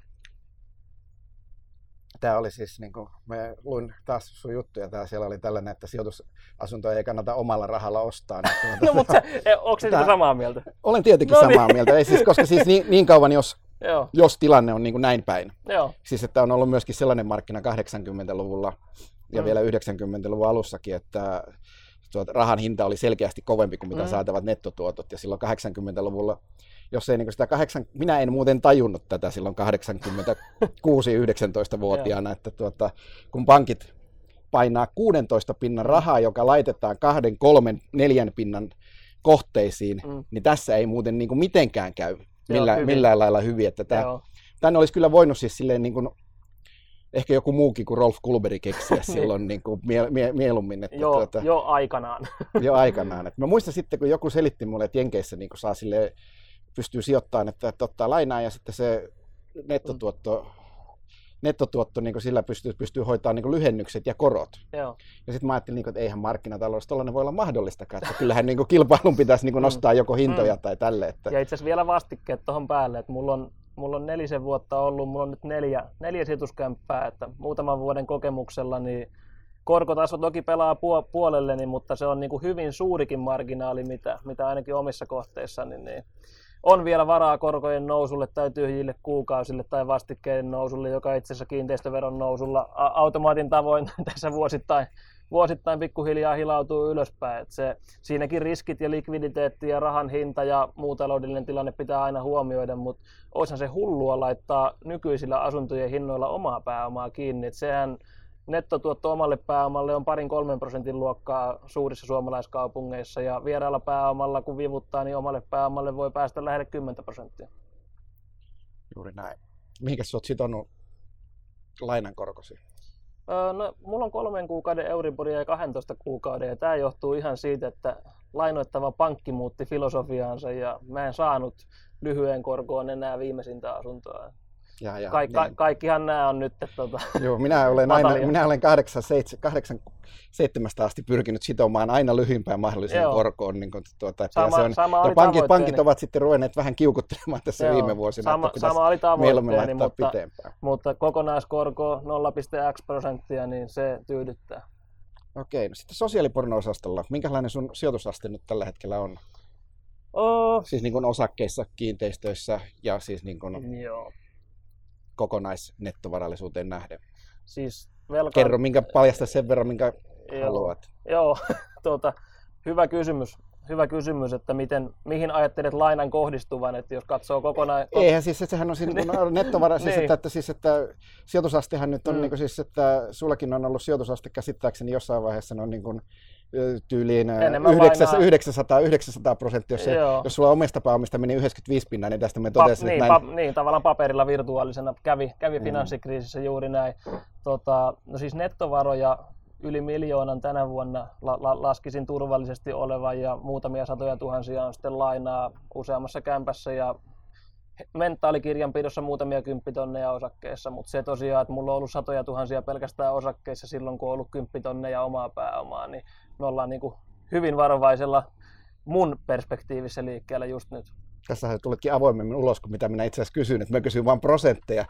Tämä oli siis, niin kuin, me luin taas sun juttuja, siellä oli tällainen, että sijoitusasuntoja ei kannata omalla rahalla ostaa. No mutta onko se samaa mieltä? Olen tietenkin samaa mieltä, ei siis, koska siis niin kauan, jos tilanne on niin kuin näin päin. Siis että on ollut myöskin sellainen markkina 80-luvulla ja vielä 90-luvun alussakin, että rahan hinta oli selkeästi kovempi kuin mitä saatavat nettotuotot. Ja silloin 80-luvulla, jos ei niin sitä minä en muuten tajunnut tätä silloin 86-19-vuotiaana, että kun pankit painaa 16 pinnan rahaa, joka laitetaan 2, 3, 4 pinnan kohteisiin, niin tässä ei muuten niin kuin mitenkään käy millään lailla hyvin. Että tänne olisi kyllä voinut siis silleen niin kuin, ehkä joku muukin kuin Rolf Kullberg keksiä silloin niin kuin mieluummin. Että jo aikanaan. Jo aikanaan. Että mä muistan sitten, kun joku selitti mulle, että Jenkeissä niin kuin saa silleen, pystyy sijoittamaan, että ottaa lainaa ja sitten se nettotuotto niin sillä pystyy hoitamaan niin lyhennykset ja korot. Joo. Ja sitten mä ajattelin, että eihän markkinataloudessa tollainen voi olla mahdollistakaan, että kyllähän niin kilpailun pitäisi niin nostaa joko hintoja tai tälle. Että... Ja itse asiassa vielä vastikkeet tuohon päälle, että mulla on 4 vuotta ollut, mulla on nyt 4 sijoituskämppää, että muutaman vuoden kokemuksella niin korkotaso toki pelaa puolelleni, mutta se on niin kuin hyvin suurikin marginaali, mitä ainakin omissa kohteissa, niin on vielä varaa korkojen nousulle tai tyhjille kuukausille tai vastikkeiden nousulle, joka itse asiassa kiinteistöveron nousulla automaatin tavoin tässä vuosittain pikkuhiljaa hilautuu ylöspäin. Että siinäkin riskit ja likviditeetti ja rahan hinta ja muu taloudellinen tilanne pitää aina huomioida, mutta olisihan se hullua laittaa nykyisillä asuntojen hinnoilla omaa pääomaa kiinni. Että sehän nettotuotto omalle pääomalle on 2-3% luokkaa suurissa suomalaiskaupungeissa ja vieraalla pääomalla kun vivuttaa, niin omalle pääomalle voi päästä lähelle 10%. Juuri näin. Mihinkäs sä oot sitonut lainan korkosi? No, mulla on 3 kuukauden Euriboria ja 12 kuukauden ja tämä johtuu ihan siitä, että lainoittava pankki muutti filosofiaansa ja mä en saanut lyhyen korkoon enää viimeisintä asuntoa. Kaikkihan nämä on nyt. Joo, minä olen 7 asti pyrkinyt sitomaan aina lyhyimpään mahdolliseen korkoon. Niin pankit ovat sitten ruvenneet vähän kiukuttelemaan tässä viime vuosina, että pitäisi mieluummin laittaa pitempään. Mutta kokonaiskorko 0,x%, niin se tyydyttää. Okei, no sitten sosiaaliporno-osastolla, minkälainen sun sijoitusaste nyt tällä hetkellä on? Siis niin kuin osakkeissa, kiinteistöissä ja siis niin kuin... kokonaisnettovarallisuuteen nähden. Siis kerro, paljasta sen verran, minkä haluat. Joo, hyvä kysymys, että mihin ajattelet lainan kohdistuvan, että jos katsoo kokonaan... Eihän siis, että sehän on siis nettovara, siis, että sijoitusastehan nyt on, siis, että sullakin on ollut sijoitusaste käsittääkseni jossain vaiheessa, on niin kuin tyyliin 900%, jos sulla omista pääomista meni 95 pinnaa, niin tästä me totesin, että näin... Niin, tavallaan paperilla virtuaalisena kävi finanssikriisissä juuri näin. No siis nettovaroja yli 1 miljoonan tänä vuonna laskisin turvallisesti olevan ja muutamia satoja tuhansia on sitten lainaa useammassa kämpässä ja mentaalikirjanpidossa muutamia 10 tonneja osakkeissa, mutta se tosiaan, että mulla on ollut satoja tuhansia pelkästään osakkeissa silloin, kun on ollut 10 tonneja omaa pääomaa, niin me ollaan niin kuin hyvin varovaisella mun perspektiivissä liikkeellä just nyt. Tässähän tulitkin avoimemmin ulos kuin mitä minä itse asiassa kysyn, että mä kysyn vain prosentteja.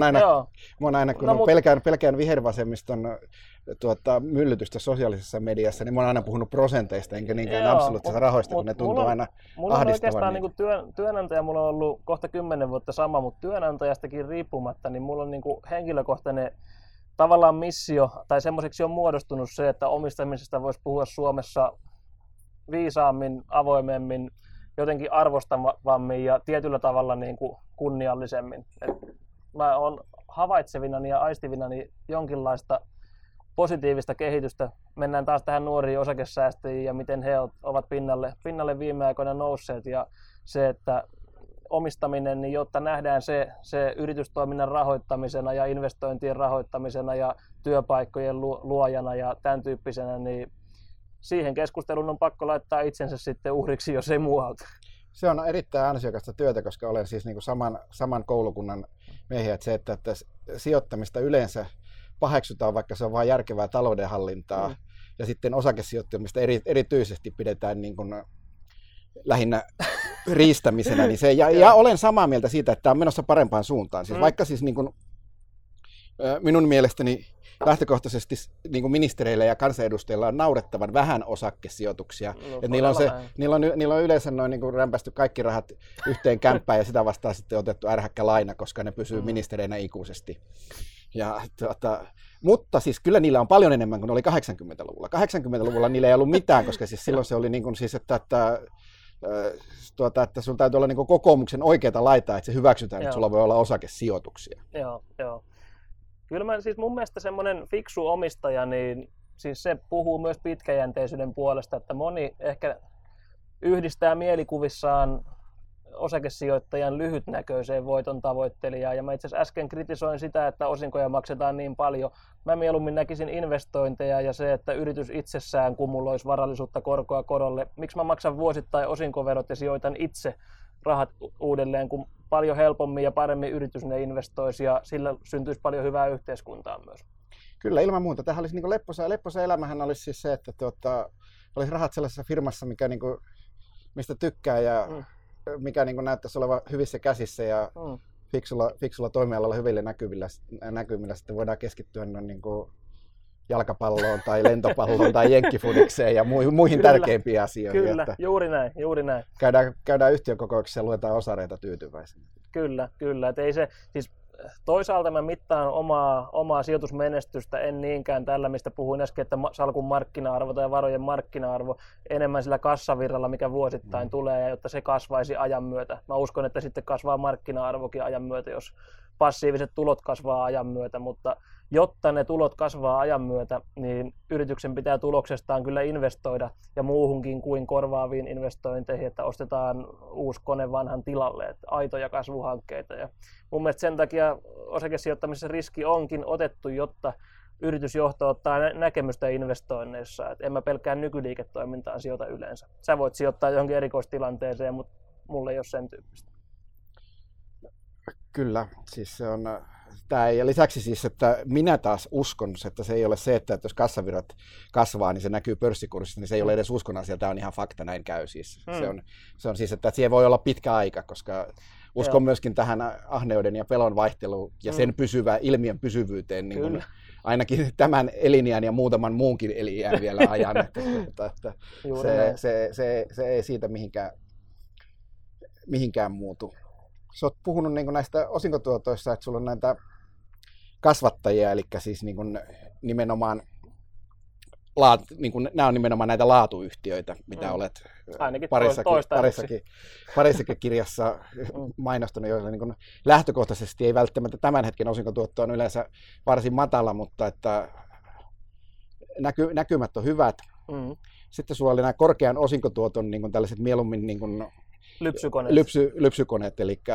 Kun pelkään vihervasemmiston myllytystä sosiaalisessa mediassa, niin mä oon aina puhunut prosenteista, enkä niinkään absoluuttisista rahoista, kun ne tuntuu aina ahdistavan. Mulla on oikeastaan niin työnantaja, mulla on ollut kohta 10 vuotta sama, mutta työnantajastakin riippumatta, niin mulla on niin kuin henkilökohtainen tavallaan missio, tai semmoiseksi on muodostunut se, että omistamisesta voisi puhua Suomessa viisaammin, avoimemmin, jotenkin arvostavammin ja tietyllä tavalla niin kuin kunniallisemmin. Mä oon havaitsevinani ja aistivinani jonkinlaista positiivista kehitystä. Mennään taas tähän nuoriin osakesäästäjiin ja miten he ovat pinnalle viime aikoina nousseet. Ja se, että omistaminen, niin jotta nähdään se yritystoiminnan rahoittamisena ja investointien rahoittamisena ja työpaikkojen luojana ja tämän tyyppisenä, niin siihen keskusteluun on pakko laittaa itsensä sitten uhriksi, jos ei muu auta. Se on erittäin ansiokasta työtä, koska olen siis niin kuin saman koulukunnan miehiä, että sijoittamista yleensä paheksutaan, vaikka se on vain järkevää taloudenhallintaa, ja sitten osakesijoittamista erityisesti pidetään niin kuin lähinnä riistämisenä. Niin ja olen samaa mieltä siitä, että tämä on menossa parempaan suuntaan. Siis vaikka siis niin kuin, minun mielestäni lähtökohtaisesti niin kuin ministereillä ja kansanedustajilla on naurettavan vähän osakesijoituksia. Niillä on yleensä noin niin kuin rämpästy kaikki rahat yhteen kämppään ja sitä vastaan sitten otettu ärhäkkä laina, koska ne pysyy ministereinä ikuisesti. Mutta siis kyllä niillä on paljon enemmän kuin oli 80-luvulla. 80-luvulla niillä ei ollut mitään, koska siis silloin se oli niin kuin siis, että sun täytyy olla niin kuin kokoomuksen oikeata laitaa, että se hyväksytään, että sulla voi olla osakesijoituksia. Joo. Kyllä siis mun mielestä semmoinen fiksu omistaja, niin siis se puhuu myös pitkäjänteisyyden puolesta, että moni ehkä yhdistää mielikuvissaan osakesijoittajan lyhytnäköiseen voiton tavoittelijaan. Ja mä itse asiassa äsken kritisoin sitä, että osinkoja maksetaan niin paljon. Mä mieluummin näkisin investointeja ja se, että yritys itsessään kumuloisi varallisuutta korkoa korolle. Miksi mä maksan vuosittain osinkoverot ja sijoitan itse rahat uudelleen, kun paljon helpommin ja paremmin yritys ne investoisi ja sillä syntyisi paljon hyvää yhteiskuntaa myös. Kyllä, ilman muuta. Tämähän olisi niin lepposa elämähän olisi siis se, että olisi rahat sellaisessa firmassa, mikä niin kuin, mistä tykkää ja mikä niin kuin näyttäisi olevan hyvissä käsissä ja fiksulla toimialalla hyville näkymillä sitten voidaan keskittyä niin kuin jalkapalloon tai lentopalloon tai jenkkifudikseen ja muihin tärkeimpiin asioihin. Kyllä, että juuri näin. Käydään yhtiökokouksessa ja luetaan osareita tyytyväisenä. Kyllä. Et ei se, siis toisaalta mä mittaan omaa sijoitusmenestystä, en niinkään tällä, mistä puhuin äsken, että salkun markkina-arvo tai varojen markkina-arvo enemmän sillä kassavirralla, mikä vuosittain tulee, ja jotta se kasvaisi ajan myötä. Mä uskon, että sitten kasvaa markkina-arvokin ajan myötä, jos passiiviset tulot kasvaa ajan myötä, mutta jotta ne tulot kasvaa ajan myötä, niin yrityksen pitää tuloksestaan kyllä investoida ja muuhunkin kuin korvaaviin investointeihin, että ostetaan uusi kone vanhan tilalle, että aitoja kasvuhankkeita. Ja mun mielestä sen takia osakesijoittamisessa riski onkin otettu, jotta yritysjohto ottaa näkemystä investoinneissa. Et en mä pelkkään nykyliiketoimintaan sijoita yleensä. Sä voit sijoittaa johonkin erikoistilanteeseen, mutta mulla ei ole sen tyyppistä. Kyllä, siis se on tämä. Ja lisäksi siis, että minä taas uskon, että se ei ole se, että jos kassavirrat kasvaa, niin se näkyy pörssikurssissa, niin se ei ole edes uskon asia, tämä on ihan fakta, näin käy siis. Se on siis, että siihen voi olla pitkä aika, koska uskon myöskin tähän ahneuden ja pelon vaihteluun ja sen ilmiön pysyvyyteen, niin kuin ainakin tämän eliniän ja muutaman muunkin eliniän vielä ajan, että se ei siitä mihinkään muutu. Sä oot puhunut niin kuin näistä osinkotuotoissa, että sulla on näitä kasvattajia, eli siis niin kuin nimenomaan nämä on nimenomaan näitä laatuyhtiöitä, mitä olet parissakin kirjassa mainostanut, joilla niin kuin lähtökohtaisesti ei välttämättä tämän hetken osinkotuotto on yleensä varsin matala, mutta että näkymät on hyvät. Sitten sulla oli nämä korkean osinkotuoton niin kuin tällaiset mieluummin niin kuin lypsykoneet, eli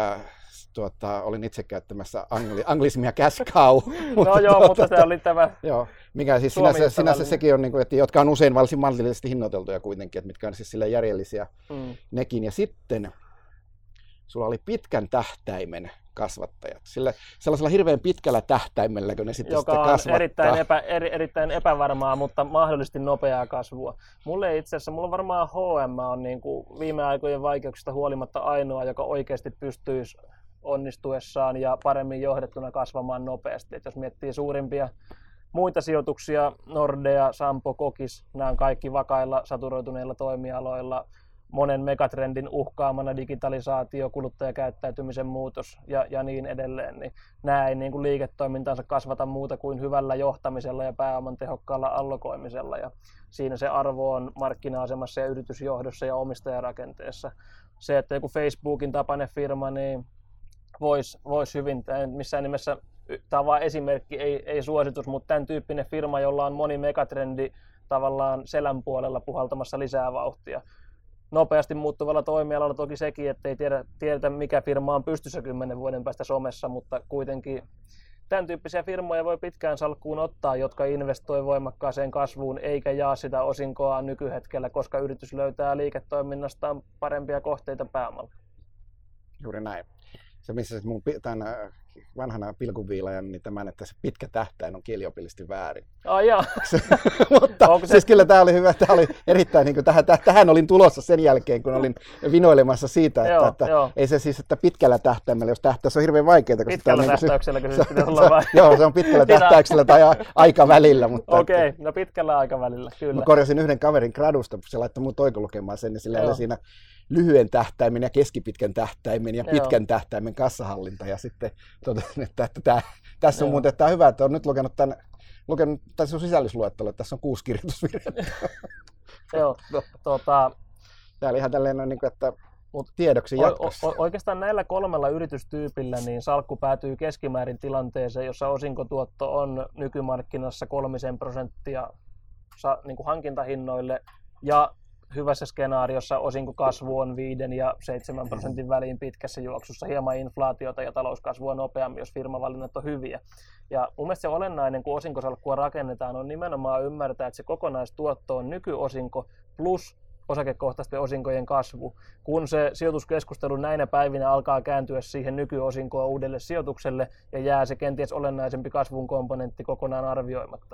olin itse käyttämässä anglismia cash cow. Mutta se oli tämä. Joo, mikä siis sinänsä sekin on, että jotka on usein varsin mallillisesti hinnoiteltuja kuitenkin, että mitkä on siis sille järjellisiä nekin. Ja sitten sulla oli pitkän tähtäimen kasvattajat. Sellaisella hirveän pitkällä tähtäimellä, kun ne sitten kasvattaa. Joka on erittäin epävarmaa, mutta mahdollisesti nopeaa kasvua. Mulla on varmaan H&M on niin kuin viime aikojen vaikeuksista huolimatta ainoa, joka oikeasti pystyisi onnistuessaan ja paremmin johdettuna kasvamaan nopeasti. Et jos miettii suurimpia muita sijoituksia, Nordea, Sampo, Kokis, nämä on kaikki vakailla saturoituneilla toimialoilla. Monen megatrendin uhkaamana digitalisaatio, kuluttajakäyttäytymisen muutos ja niin edelleen, niin nämä ei niin kuin liiketoimintansa kasvata muuta kuin hyvällä johtamisella ja pääoman tehokkaalla allokoimisella. Ja siinä se arvo on markkina-asemassa ja yritysjohdossa ja omistajarakenteessa. Se, että joku Facebookin tapainen firma niin voisi hyvin, missään nimessä, tämä on vain esimerkki, ei suositus, mutta tämän tyyppinen firma, jolla on moni megatrendi tavallaan selän puolella puhaltamassa lisää vauhtia. Nopeasti muuttuvalla toimialalla toki sekin, ettei tiedetä mikä firma on pystyssä 10 vuoden päästä somessa, mutta kuitenkin tämän tyyppisiä firmoja voi pitkään salkkuun ottaa, jotka investoi voimakkaaseen kasvuun eikä jaa sitä osinkoa nykyhetkellä, koska yritys löytää liiketoiminnastaan parempia kohteita pääomalla. Juuri näin. Se missä mun tämän vanhana pilkunviilajan, niin tämän, että se pitkä tähtäin on kieliopillisesti väärin. Jaa. Mutta siis kyllä tämä oli hyvä, tämä oli erittäin, niin kuin, tähän olin tulossa sen jälkeen, kun olin vinoilemassa siitä, että ei se siis, että pitkällä tähtäimellä, jos tähtäys on hirveän vaikeaa. Pitkällä tähtäyksellä, kun se pitää olla vai? Joo, se on pitkällä tähtäyksellä tai aikavälillä. Okei, no pitkällä aikavälillä, kyllä. Mä korjasin yhden kaverin gradusta, se laittoi mun oikolukemaan sen, niin sillä oli siinä lyhyen tähtäimen ja keskipitkän tähtäimen ja pitkän tähtäimen kassahallinta. Ja sitten totesin, että Tässä on muuten, tämä on hyvä, että on nyt lukenut tässä on sisällysluettelo, että tässä on 6 kirjoitusvirhettä. Joo, Tämä oli ihan tällainen, että tiedoksi jatkossa. Oikeastaan näillä 3 yritystyypillä niin salkku päätyy keskimäärin tilanteeseen, jossa osinkotuotto on nykymarkkinassa 3% niin kuin hankintahinnoille ja hyvässä skenaariossa osinkokasvu on 5-7% väliin pitkässä juoksussa, hieman inflaatiota ja talouskasvu on nopeammin, jos firmavalinnat on hyviä. Ja mun mielestä se olennainen, kun osinkosalkkua rakennetaan, on nimenomaan ymmärtää, että se kokonaistuotto on nykyosinko plus osakekohtaisten osinkojen kasvu. Kun se sijoituskeskustelu näinä päivinä alkaa kääntyä siihen nykyosinkoon uudelle sijoitukselle ja jää se kenties olennaisempi kasvun komponentti kokonaan arvioimatta.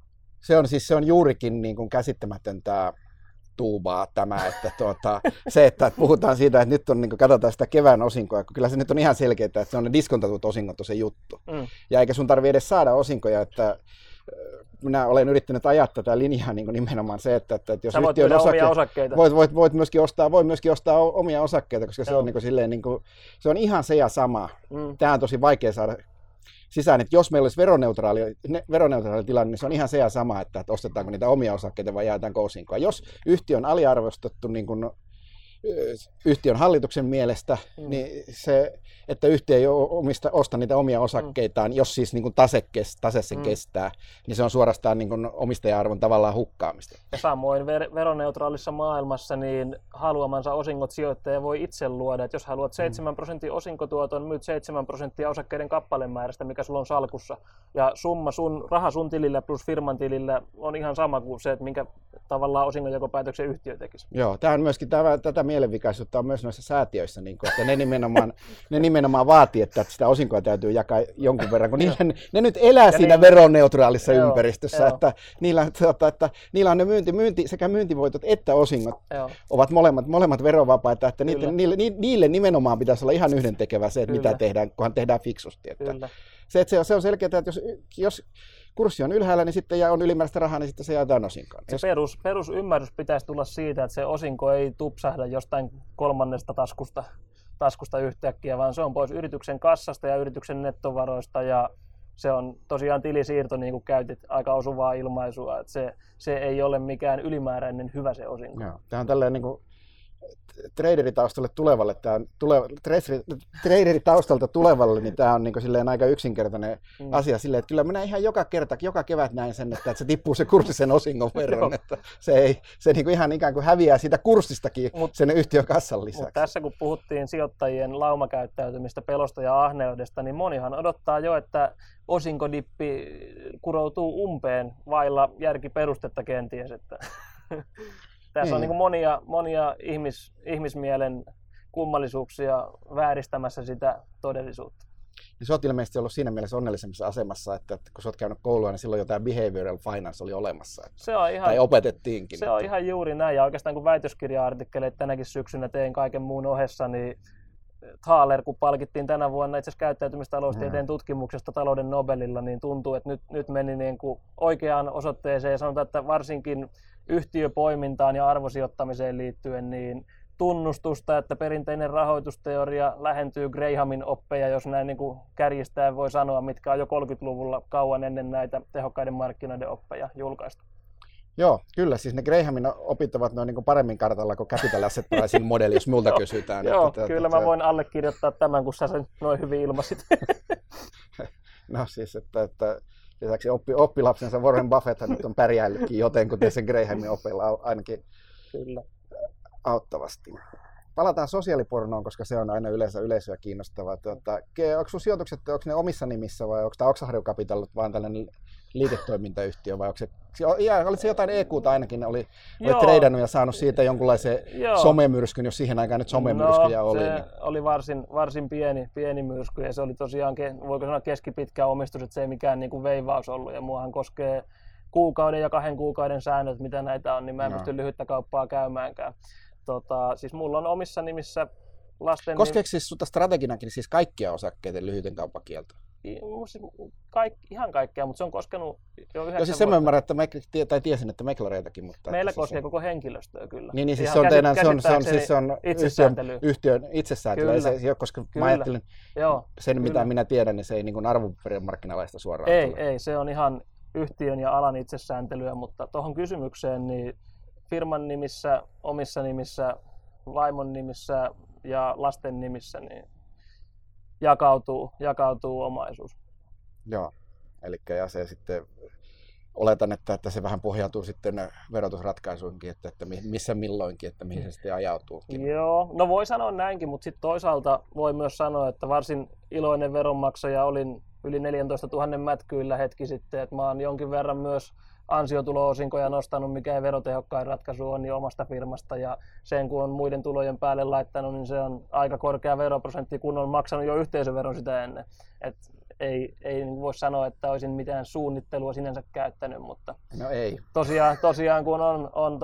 Se on juurikin niin kuin käsittämätöntä tuubaa tämä, että se, että puhutaan siitä, että nyt on, niin kuin, katsotaan sitä kevään osinkoa, kyllä se nyt on ihan selkeää, että se on ne diskontatut osingot on se juttu. Ja eikä sun tarvitse edes saada osinkoja, että minä olen yrittänyt ajaa tätä linjaa niin kuin nimenomaan se, että jos yhtiön osakkeita. Voit myöskin ostaa omia osakkeita, koska se on, niin kuin, silleen, niin kuin, se on ihan se ja sama. Tämä on tosi vaikea saada sisään, että jos meillä olisi veroneutraali tilanne, niin se on ihan se ja sama, että ostetaanko niitä omia osakkeita vai jaetaanko osinkoa. Jos yhtiö on aliarvostettu niin kuin yhtiön hallituksen mielestä, niin se, että yhtiö ei osta niitä omia osakkeitaan, jos siis niin kuin tase sen kestää, niin se on suorastaan niin kuin omistaja-arvon tavallaan hukkaamista. Ja samoin veroneutraalissa maailmassa niin haluamansa osingot sijoittaja voi itse luoda, että jos haluat 7% osinkotuoton, myyt 7% osakkeiden kappalemäärästä, mikä sulla on salkussa, ja summa raha sun tilillä plus firman tilillä on ihan sama kuin se, että minkä tavallaan osingonjakopäätöksen yhtiö tekisi. Joo, tämä on myöskin tätä mielenvikaisuutta on myös noissa säätiöissä, niin kuin, että ne nimenomaan vaatii, että sitä osinkoa täytyy jakaa jonkun verran, kun ne nyt elää ja siinä veroneutraalissa ympäristössä, että niillä on ne sekä myyntivoitot että osingot ovat molemmat verovapaita, että niille nimenomaan pitäisi olla ihan yhdentekevää se, että mitä tehdään, kunhan tehdään fiksusti. Että se on selkeää, että jos kurssi on ylhäällä, niin sitten on ylimääräistä rahaa, niin sitten se jaetaan osinkoon. Se perusymmärrys pitäisi tulla siitä, että se osinko ei tupsahda jostain kolmannesta taskusta yhtäkkiä, vaan se on pois yrityksen kassasta ja yrityksen nettovaroista ja se on tosiaan tilisiirto, niin kuin käytit aika osuvaa ilmaisua, että se ei ole mikään ylimääräinen hyvä se osinko. Joo, tämä on tällainen niin kuin traderitaustalle tulevalle, traderitaustalta tulevalle, niin tämä on niin kuin silleen aika yksinkertainen asia silleen, että kyllä minä ihan joka kevät näin sen, että se tippuu se kurssi sen osingon verran, että se niin kuin ihan ikään kuin häviää siitä kurssistakin sen yhtiön kassan lisäksi. Mutta tässä kun puhuttiin sijoittajien laumakäyttäytymistä, pelosta ja ahneudesta, niin monihan odottaa jo, että osinkodippi kuroutuu umpeen vailla järkiperustetta kenties, että tässä on niin kuin monia ihmismielen kummallisuuksia vääristämässä sitä todellisuutta. Ja sä oot ilmeisesti ollut siinä mielessä onnellisemmassa asemassa, että kun sä oot käynyt koulua, niin silloin jotain behavioral finance oli olemassa. Tai opetettiinkin. Se on ihan juuri näin. Ja oikeastaan kun väitöskirja-artikkeleita tänäkin syksynä tein kaiken muun ohessa, niin Thaler, kun palkittiin tänä vuonna itse asiassa käyttäytymistaloustieteen tutkimuksesta talouden Nobelilla, niin tuntuu, että nyt meni niin kuin oikeaan osoitteeseen ja sanotaan, että varsinkin yhtiöpoimintaan ja arvosijoittamiseen liittyen niin tunnustusta, että perinteinen rahoitusteoria lähentyy Grahamin oppeja, jos näin niin kuin kärjistäen voi sanoa, mitkä on jo 30-luvulla kauan ennen näitä tehokkaiden markkinoiden oppeja julkaistu. Joo, kyllä. Siis ne Grahamin opit ovat noin niin kuin paremmin kartalla kuin Capital Asset Pricing modeli, jos multa kysytään. Joo, kyllä mä voin allekirjoittaa tämän, kun sä sen noin hyvin ilmasit. No siis, että lisäksi oppilapsensa Warren Buffett nyt on pärjäillytkin jotenkuten sen Grahamin opeilla ainakin kyllä auttavasti. Palataan sosiaalipornoon, koska se on aina yleisöä kiinnostavaa. Onko sun sijoitukset, onko ne omissa nimissä vai onko tämä Oksaharju Capital vaan tällainen liiketoimintayhtiö vai onko se jotain EQ:ta ainakin, olit treidannut ja saanut siitä jonkunlaisen somemyrskyn, jos siihen aikaan nyt somemyrskyjä oli. Se oli varsin pieni myrsky ja se oli tosiaan, voiko sanoa keskipitkä omistus, että se ei mikään niin kuin veivaus ollut ja muahan koskee kuukauden ja 2 kuukauden säännöt, mitä näitä on, niin mä en pysty lyhyttä kauppaa käymäänkään. Siis mulla on omissa nimissä lasten... Koskeeko siis sutta strateginakin siis kaikkia osakkeiden lyhyten kauppakielto? ihan kaikkea, mutta se on koskenut jo 9 siis sen mä ymmärrän, että tiesin, että meklareitakin, mutta... Meillä koskee koko henkilöstöä kyllä. Niin siis se on teidän, se on yhtiön itsesääntelyä, kyllä, ei ole, koska mä ajattelin sen, mitä minä tiedän, niin se ei niin arvopaperimarkkinalaista suoraan tule. Ei, se on ihan yhtiön ja alan itsesääntelyä, mutta tuohon kysymykseen, niin firman nimissä, omissa nimissä, vaimon nimissä ja lasten nimissä, niin jakautuu omaisuus. Joo, eli ja se sitten, oletan, että se vähän pohjautuu sitten verotusratkaisuinkin, että missä milloinkin, että mihin se sitten ajautuukin. Joo, no voi sanoa näinkin, mutta sitten toisaalta voi myös sanoa, että varsin iloinen veronmaksaja olin yli 14 000 mätkyillä hetki sitten, että mä oon jonkin verran myös ansiotulo-osinkoja nostanut, mikä ei verotehokkain ratkaisu on, niin omasta firmasta, ja sen kun on muiden tulojen päälle laittanut, niin se on aika korkea veroprosentti, kun on maksanut jo yhteisöveron sitä ennen. Et ei voi sanoa, että olisin mitään suunnittelua sinänsä käyttänyt, mutta no ei. Tosiaan kun on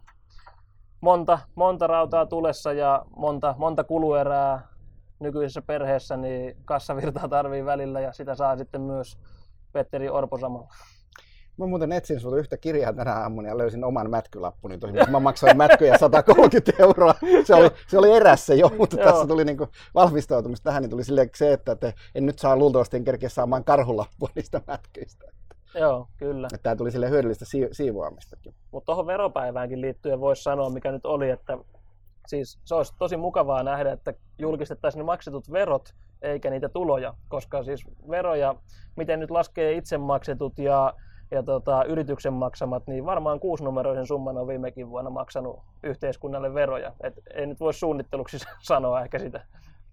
monta rautaa tulessa ja monta kuluerää nykyisessä perheessä, niin kassavirtaa tarvii välillä, ja sitä saa sitten myös Petteri Orpo samalla. Mä muuten etsin sulta yhtä kirjaa tänä aamuna ja löysin oman mätkylappuni. Mä maksoin mätkyjä 130 €. Se oli erässä jo, mutta tässä tuli niinku valmistautumista tähän, niin tuli silleen se, että en nyt saa luultavasti en kerkeä saamaan karhulappua niistä mätkyistä. Joo, kyllä. Tämä tuli silleen hyödyllistä siivoamistakin. Mutta tuohon veropäiväänkin liittyen voisi sanoa, mikä nyt oli, että siis se olisi tosi mukavaa nähdä, että julkistettaisiin ne maksetut verot eikä niitä tuloja, koska siis veroja, miten nyt laskee itse maksetut ja yrityksen maksamat, niin varmaan 6-numeroisen summan on viimekin vuonna maksanut yhteiskunnalle veroja. Et ei nyt voi suunnitteluksi sanoa ehkä sitä.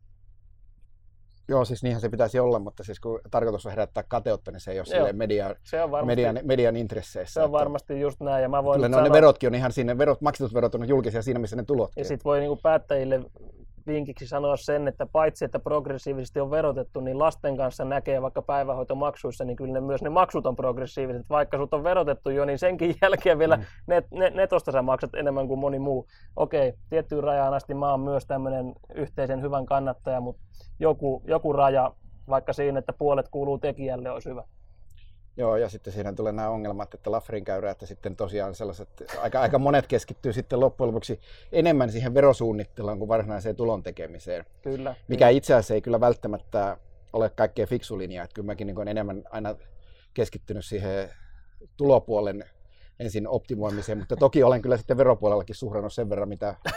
Joo, siis niinhän se pitäisi olla, mutta siis kun tarkoitus on herättää kateutta, niin se ei ole median intresseissä. Se on varmasti just näin. Ja mä voin kyllä ne verotkin on ihan siinä, maksetut verot on julkisia siinä, missä ne tulotkin. Ja sitten voi niinku päättäjille vinkiksi sanoa sen, että paitsi että progressiivisesti on verotettu, niin lasten kanssa näkee vaikka päivähoitomaksuissa, niin kyllä myös ne maksut on progressiiviset. Vaikka sut on verotettu jo, niin senkin jälkeen vielä netosta sä maksat enemmän kuin moni muu. Okei, tiettyyn rajaan asti mä oon myös tämmöinen yhteisen hyvän kannattaja, mutta joku raja, vaikka siinä, että puolet kuuluu tekijälle, olisi hyvä. Joo, ja sitten siinä tulee nämä ongelmat, että Lafrin käyrä, että sitten tosiaan sellaiset, aika monet keskittyy sitten loppujen lopuksi enemmän siihen verosuunnitteluun kuin varsinaiseen tulon tekemiseen. Kyllä. Mikä itse asiassa ei kyllä välttämättä ole kaikkein fiksu linja, että kyllä mäkin niin enemmän aina keskittynyt siihen tulopuolen ensin optimoimiseen, mutta toki olen kyllä sitten veropuolellakin suhrannut sen verran,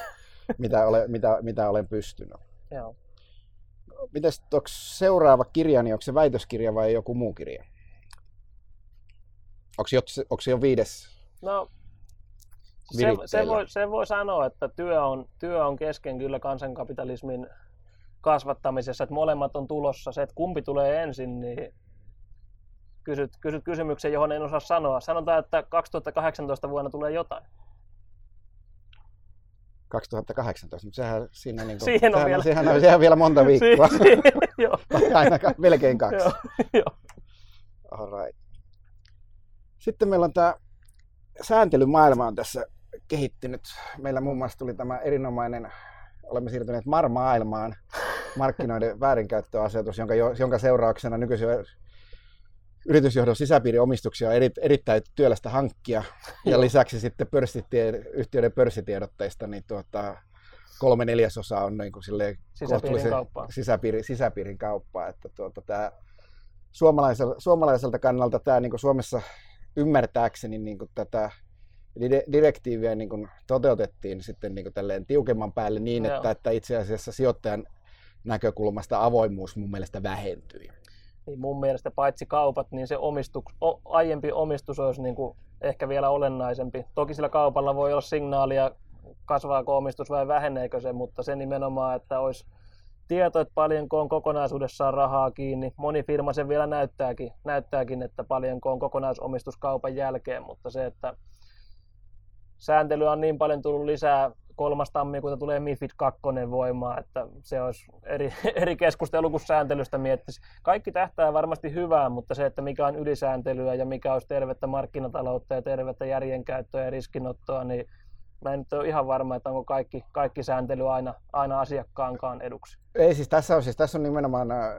mitä olen pystynyt. Joo. Mites seuraava kirja, niin onko se väitöskirja vai joku muu kirja? Onko se jo 5? No, se voi sanoa, että työ on kesken kyllä kansankapitalismin kasvattamisessa, että molemmat on tulossa. Se, että kumpi tulee ensin, niin kysyt kysymyksen, johon en osaa sanoa. Sanotaan, että 2018 vuonna tulee jotain. 2018, mutta sehän on vielä monta viikkoa. Joo. Ainakaan melkein 2. Joo. All right. Sitten meillä on tämä sääntelymaailma on tässä kehittynyt. Meillä muun muassa tuli tämä erinomainen, olemme siirtyneet MAR-maailmaan, markkinoiden väärinkäyttöasetus, jonka seurauksena nykyisen yritysjohdon sisäpiiriomistuksia on erittäin työlästä hankkia. Ja lisäksi sitten yhtiöiden pörssitiedotteista niin 3/4 on niin kuin sisäpiirin kauppaa. Että tämä suomalaiselta kannalta tämä niin kuin Suomessa ymmärtääkseni niin kuin tätä direktiiviä niin kuin toteutettiin sitten niin kuin tälleen tiukemman päälle niin, että itse asiassa sijoittajan näkökulmasta avoimuus mun mielestä vähentyi. Niin mun mielestä paitsi kaupat, niin se aiempi omistus olisi niin kuin ehkä vielä olennaisempi. Toki sillä kaupalla voi olla signaalia, kasvaako omistus vai väheneekö se, mutta se nimenomaan, että olisi tieto, että paljonko on kokonaisuudessaan rahaa kiinni. Moni firma sen vielä näyttääkin, että paljonko on kokonaisomistus kaupan jälkeen, mutta se, että sääntelyä on niin paljon tullut lisää 3. tammikuuta tulee MiFID 2 voimaan, että se olisi eri keskustelu kuin sääntelystä miettisi. Kaikki tähtää varmasti hyvään, mutta se, että mikä on ylisääntelyä ja mikä olisi tervettä markkinataloutta ja tervettä järjenkäyttöä ja riskinottoa, niin mä en nyt ole ihan varma, että onko kaikki sääntely aina asiakkaankaan eduksi. Ei, siis tässä on nimenomaan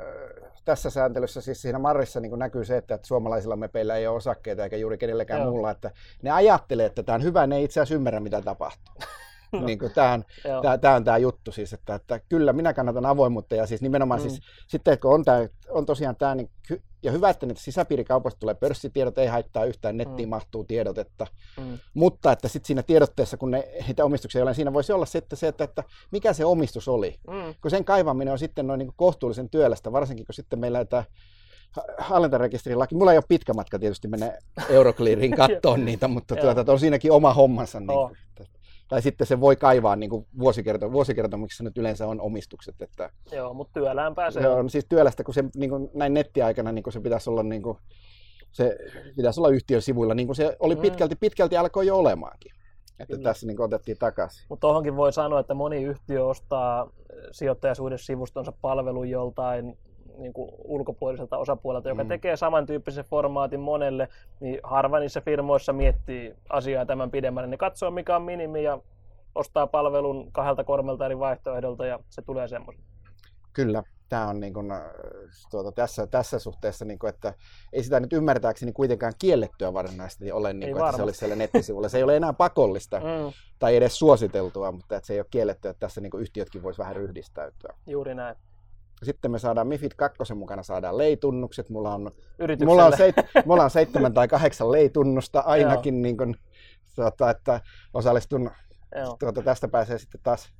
tässä sääntelyssä, siis siinä Marrissa niin näkyy se, että suomalaisilla mepeillä ei ole osakkeita eikä juuri kenelläkään muulla, että ne ajattelee, että tämä on hyvä, ne ei itse asiassa ymmärrä, mitä tapahtuu. Niin tämä on tämä juttu siis, että kyllä minä kannatan avoimuutta ja siis nimenomaan siis sitten kun on tosiaan tämä niin, ja hyvä, että niitä sisäpiirikaupasta tulee pörssitiedot, ei haittaa yhtään, nettiin mahtuu tiedotetta, mutta että sitten siinä tiedotteessa, kun niitä omistuksia ei ole, siinä voisi olla sitten se, että mikä se omistus oli, kun sen kaivaminen on sitten noin niin kohtuullisen työlästä, varsinkin kun sitten meillä tämä hallintarekisterilaki, mulla ei ole pitkä matka tietysti mennä Eurocleariin kattoon niitä, mutta on siinäkin oma hommansa. Niin, tai sitten se voi kaivaa niin vuosikertomuksessa nyt yleensä on omistukset. Että, joo, mutta työllään pääsee. Se on siis työlästä, kun se niin kuin näin nettiaikana niin kuin se pitäisi olla, niin kuin, se pitäisi olla yhtiön sivuilla, niin kuin se oli pitkälti alkoi jo olemaankin. Että tässä niin kuin otettiin takaisin. Mutta tuohonkin voi sanoa, että moni yhtiö ostaa sijoittajasuhdesivustonsa palvelun joltain niin kuin ulkopuoliselta osapuolelta, joka tekee samantyyppisen formaatin monelle, niin harva niissä firmoissa miettii asiaa tämän pidemmälle. Ne katsoo, mikä on minimi ja ostaa palvelun 2-3 eri vaihtoehdolta ja se tulee semmoisen. Kyllä, tämä on niin kuin, tässä suhteessa, niin kuin, että ei sitä nyt ymmärtääkseni kuitenkaan kiellettyä varsinaisesti ole, niin kuin, että se olisi siellä nettisivulla. Se ei ole enää pakollista tai edes suositeltua, mutta että se ei ole kiellettyä, että tässä niin kuin yhtiötkin voisi vähän ryhdistäytyä. Juuri näin. Sitten me saadaan MiFID 2 mukana saadaan lei-tunnukset. Mulla on 7 tai 8 lei-tunnusta ainakin, niin kun, että osallistun. Tästä pääsee sitten taas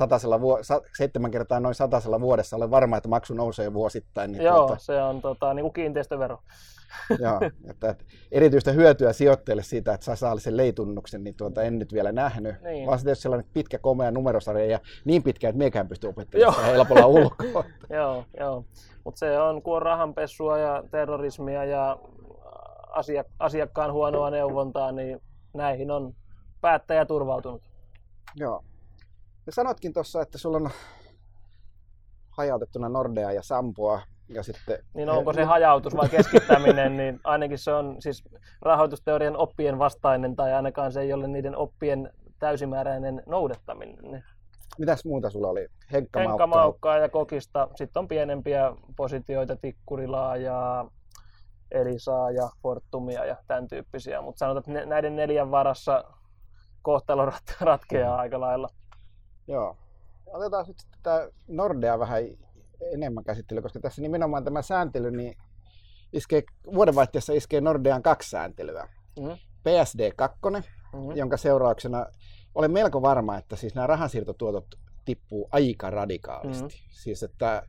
7 kertaa noin 100 vuodessa. Olen varma, että maksu nousee vuosittain. Niin joo, se on niin kuin kiinteistövero. Joo, että erityistä hyötyä sijoittajille siitä, että saa sen leitunnuksen, niin en nyt vielä nähnyt. Niin. Vaan sitten jos sellainen pitkä, komea numerosarja ja niin pitkä, että miekään pystyy opettamaan sitä helpolla ulkoa. Joo. Mutta se on, kun on rahanpessua ja terrorismia ja asiakkaan huonoa neuvontaa, niin näihin on päättäjä turvautunut. Joo. Ja sanotkin tuossa, että sulla on hajautettuna Nordea ja Sampoa. Ja sitten, niin onko se hajautus vai keskittäminen, niin ainakin se on siis rahoitusteorian oppien vastainen tai ainakaan se ei ole niiden oppien täysimääräinen noudattaminen. Mitäs muuta sulla oli? Henkkamaukkaa ja Kokista. Sitten on pienempiä positioita, Tikkurilaa ja Elisaa ja Fortumia ja tämän tyyppisiä. Mutta sanotaan, että näiden 4 varassa kohtalo ratkeaa aika lailla. Joo. Otetaan nyt tämä Nordea vähän enemmän käsittelyä, koska tässä nimenomaan tämä sääntely niin vuodenvaihteessa iskee Nordean 2 sääntelyä. PSD 2, jonka seurauksena olen melko varma, että siis nämä rahansiirtotuotot tippuu aika radikaalisti. Siis että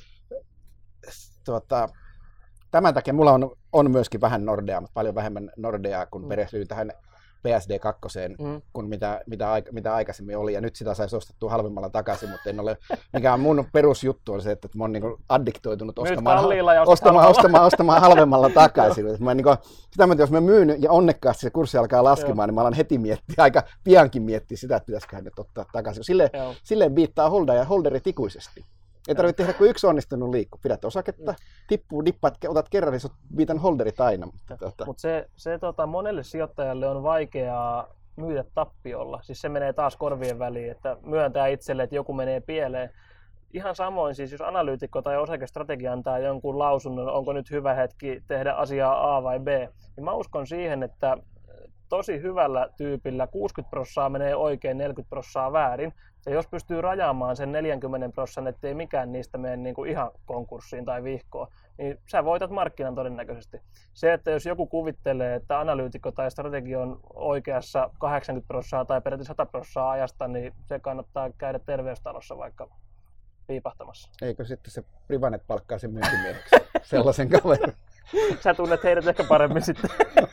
tämän takia mulla on myöskin vähän Nordeaa, mutta paljon vähemmän Nordeaa, kun perehtyy tähän PSD2, kuin mitä aikaisemmin oli, ja nyt sitä saisi ostettua halvemmalla takaisin, mutta en ole, mikä on mun perusjuttu on se, että mä oon niin addiktoitunut ostamaan halvemmalla takaisin. Mä niin kuin, sitä myötä, jos mä myyn ja onnekkaasti se kurssi alkaa laskemaan, niin mä alan heti aika piankin miettiä sitä, että pitäisiköhän nyt ottaa takaisin. Silleen biittaa holderit ikuisesti. Ei tarvitse tehdä kuin yksi onnistunut liikku. Pidät osaketta, tippuu, dippaat, otat kerran, niin biitan holderit aina. Mutta se monelle sijoittajalle on vaikeaa myydä tappiolla. Siis se menee taas korvien väliin, että myöntää itselle, että joku menee pieleen. Ihan samoin siis, jos analyytikko tai osakestrategia antaa jonkun lausunnon, onko nyt hyvä hetki tehdä asiaa A vai B, niin mä uskon siihen, että tosi hyvällä tyypillä 60% menee oikein, 40% väärin. Ja jos pystyy rajaamaan sen 40%, ettei mikään niistä mene niin kuin ihan konkurssiin tai vihkoon, niin sä voitat markkinan todennäköisesti. Se, että jos joku kuvittelee, että analyytikko tai strategia on oikeassa 80% tai periaatteessa 100% ajasta, niin se kannattaa käydä terveystalossa vaikka piipahtamassa. Eikö sitten se Privanet palkkaa sen myyntimieheksi sellaisen kaverin? Sä tunnet heidät ehkä paremmin sitten.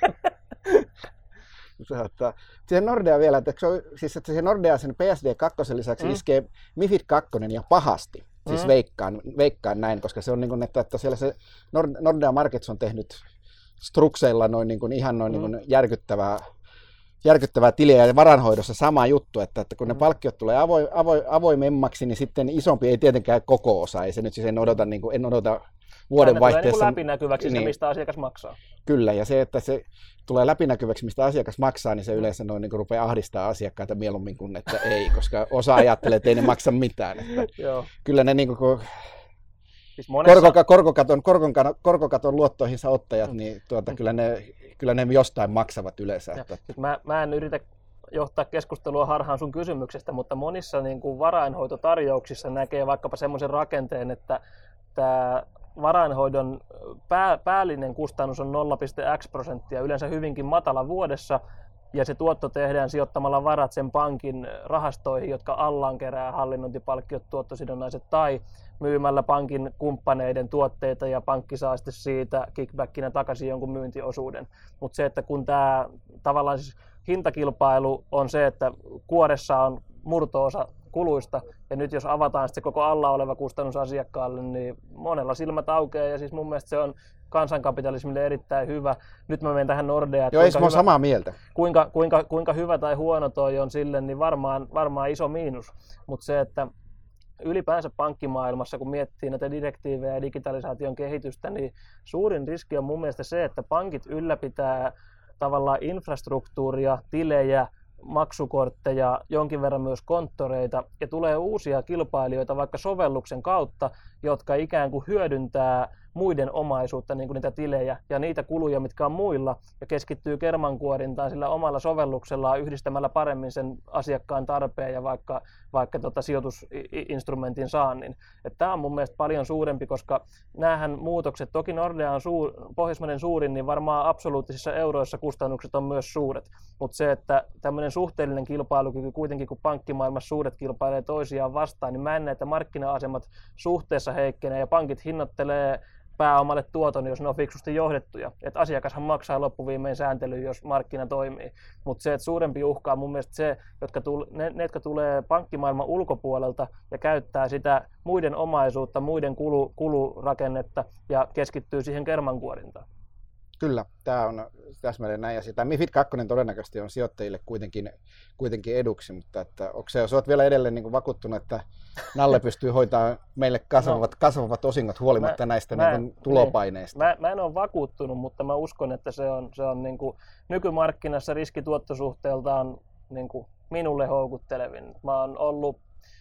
Siihen Nordea vielä, että se Nordea sen PSD2 lisäksi iskee MiFID 2 ja pahasti. Siis veikkaan näin, koska se on niin kuin, että siellä se Nordea Markets on tehnyt strukseilla noin niin kuin, ihan noin niin kuin järkyttävää tiliä ja varanhoidossa sama juttu, että kun ne palkkiot tulee avoimemmaksi, niin sitten isompi ei tietenkään koko osa. Ei se nyt siis en odota vuodenvaihteessa. Tulee läpinäkyväksi se, mistä asiakas maksaa. Kyllä, ja se, että se tulee läpinäkyväksi, mistä asiakas maksaa, niin se yleensä noin niin rupeaa ahdistaa asiakkaita mieluummin kuin että ei, koska osa ajattelee, että ei ne maksa mitään. Että kyllä ne niin kuin, Siis monessa... korkokaton luottoihinsa ottajat, niin kyllä ne jostain maksavat yleensä. Että... Siis mä en yritä johtaa keskustelua harhaan sun kysymyksestä, mutta monissa niin kuin varainhoitotarjouksissa näkee vaikkapa semmoisen rakenteen, että tämä varainhoidon päällinen kustannus on 0,x%, yleensä hyvinkin matala vuodessa, ja se tuotto tehdään sijoittamalla varat sen pankin rahastoihin, jotka allaan kerää hallinnointipalkkiot, tuottosidonnaiset, tai myymällä pankin kumppaneiden tuotteita, ja pankki saa sitten siitä kickbackinä takaisin jonkun myyntiosuuden. Mutta se, että kun tämä tavallaan siis hintakilpailu on se, että kuoressa on murto-osa kuluista, ja nyt jos avataan sitten se koko alla oleva kustannus asiakkaalle, niin monella silmät aukeaa, ja siis mun mielestä se on kansankapitalismille erittäin hyvä. Nyt mä menen tähän Nordeaan. Joo, mä oon samaa mieltä. Kuinka hyvä tai huono toi on sille, niin varmaan iso miinus. Mutta se, että ylipäänsä pankkimaailmassa, kun miettii näitä direktiivejä ja digitalisaation kehitystä, niin suurin riski on mun mielestä se, että pankit ylläpitää tavallaan infrastruktuuria, tilejä, maksukortteja, jonkin verran myös konttoreita, ja tulee uusia kilpailijoita vaikka sovelluksen kautta, jotka ikään kuin hyödyntää muiden omaisuutta, niin kuin niitä tilejä ja niitä kuluja, mitkä on muilla, ja keskittyy kermankuorintaan sillä omalla sovelluksellaan yhdistämällä paremmin sen asiakkaan tarpeen ja vaikka sijoitusinstrumentin saannin. Tämä on mun mielestä paljon suurempi, koska näähän muutokset, toki Nordea on Pohjoismaiden suurin, niin varmaan absoluuttisissa euroissa kustannukset on myös suuret, mutta se, että tämmöinen suhteellinen kilpailukyky kuitenkin, kun pankkimaailmassa suuret kilpailee toisiaan vastaan, niin mä en näe, että markkina-asemat suhteessa heikkenee ja pankit hinnoittelee pääomalle tuoton, jos ne on fiksusti johdettuja. Et asiakashan maksaa loppuviimein sääntelyyn, jos markkina toimii. Mutta se, että suurempi uhka on mun mielestä se, ne, jotka tulee pankkimaailman ulkopuolelta ja käyttää sitä muiden omaisuutta, muiden kulurakennetta ja keskittyy siihen kermankuorintaan. Kyllä, tämä on täsmälleen näin. Ja sitä MiFID 2 todennäköisesti on sijoittajille kuitenkin eduksi, mutta että, onko se, jos olet vielä edelleen niin vakuuttunut, että Nalle pystyy hoitamaan meille kasvavat osingot huolimatta näistä tulopaineista? Mä en ole vakuuttunut, mutta mä uskon, että se on niin kuin nykymarkkinassa riskituottosuhteeltaan niin kuin minulle houkuttelevin. Mä oon ollut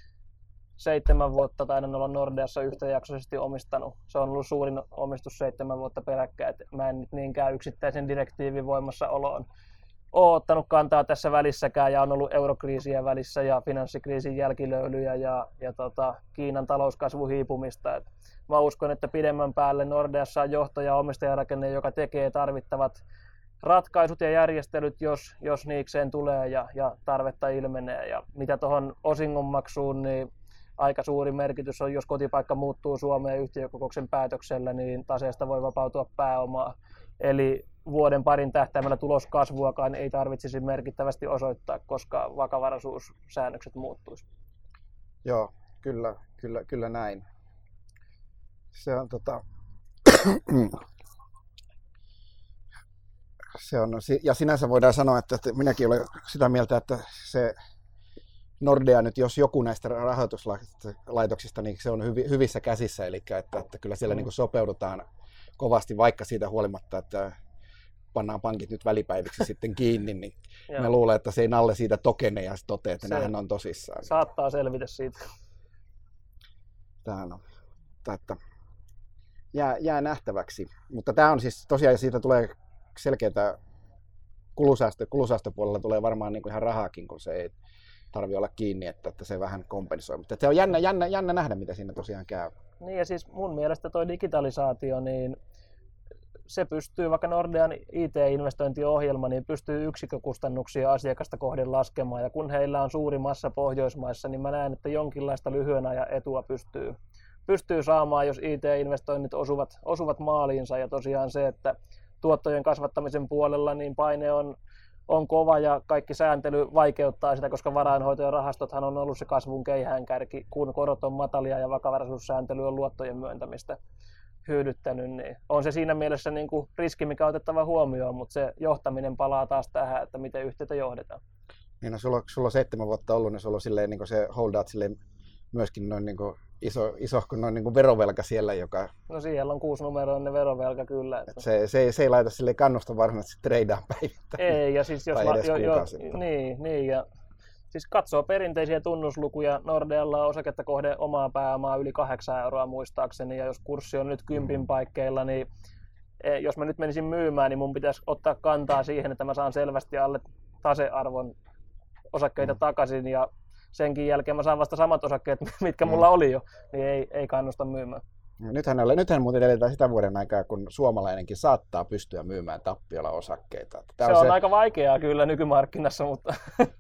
7 vuotta, taidan olla Nordeassa yhtäjaksoisesti omistanut. Se on ollut suurin omistus 7 vuotta peräkkäin. Mä en nyt niinkään yksittäisen direktiivin voimassaoloon ole ottanut kantaa tässä välissäkään, ja on ollut eurokriisiä välissä ja finanssikriisin jälkilöylyjä ja Kiinan talouskasvun hiipumista. Mä uskon, että pidemmän päälle Nordeassa on johto- ja omistajarakenne, joka tekee tarvittavat ratkaisut ja järjestelyt, jos niikseen tulee ja tarvetta ilmenee. Ja mitä tuohon osingonmaksuun, niin aika suuri merkitys on, jos kotipaikka muuttuu Suomeen yhtiökokouksen päätöksellä, niin taseesta voi vapautua pääomaa. Eli vuoden parin tähtäimellä tuloskasvuakaan ei tarvitsisi merkittävästi osoittaa, koska vakavaraisuussäännökset muuttuisi. Joo, kyllä näin. Se on se on, ja sinänsä voidaan sanoa, että minäkin olen sitä mieltä, että se Nordea nyt, jos joku näistä rahoituslaitoksista, niin se on hyvissä käsissä, eli että kyllä siellä niin kuin sopeudutaan kovasti, vaikka siitä huolimatta, että pannaan pankit nyt välipäiviksi sitten kiinni, niin mä luulen, että se ei Nalle siitä tokene ja toteaa, että nämähän on tosissaan. Saattaa selvitä siitä. Tämähän on, että jää nähtäväksi, mutta tämä on siis tosiaan, siitä tulee selkeää kulusäästöpuolella tulee varmaan niin kuin ihan rahaakin, kun se ei tarvitse olla kiinni, että se vähän kompensoi. Mutta se on jännä nähdä, mitä siinä tosiaan käy. Niin, ja siis mun mielestä tuo digitalisaatio, niin se pystyy, vaikka Nordean IT-investointiohjelma, niin pystyy yksikkökustannuksia asiakasta kohden laskemaan. Ja kun heillä on suuri massa Pohjoismaissa, niin mä näen, että jonkinlaista lyhyen ajan etua pystyy saamaan, jos IT-investoinnit osuvat maaliinsa. Ja tosiaan se, että tuottojen kasvattamisen puolella niin paine on kova ja kaikki sääntely vaikeuttaa sitä, koska varainhoito ja rahastothan on ollut se kasvun keihäänkärki, kun korot on matalia ja vakavaraisuussääntely on luottojen myöntämistä hyödyttänyt, niin on se siinä mielessä niin kuin riski, mikä on otettava huomioon, mutta se johtaminen palaa taas tähän, että miten yhtiötä johdetaan. Niin, no, sulla on 7 vuotta ollut, niin sulla on silleen, niin kuin se holdaat silleen myöskin noin niin kuin isohko noin niin kuin verovelka siellä, joka... No siellä on 6-numeroinen verovelka kyllä. Että se ei laita silleen kannusta varsinaisesti treidaan päivittäin. Ei, ja siis jos... tai edes kuukausittain. Niin, ja Siis katsoo perinteisiä tunnuslukuja. Nordealla on osaketta kohden omaa pääomaa yli 8 euroa muistaakseni, ja jos kurssi on nyt 10 paikkeilla, niin jos mä nyt menisin myymään, niin mun pitäisi ottaa kantaa siihen, että mä saan selvästi alle tasearvon osakkeita takaisin, ja senkin jälkeen mä saan vasta samat osakkeet, mitkä mulla oli jo, niin ei kannusta myymään. No, nythän muuten eletään sitä vuoden aikaa, kun suomalainenkin saattaa pystyä myymään tappiolla osakkeita. Se on aika vaikeaa kyllä nykymarkkinassa, mutta...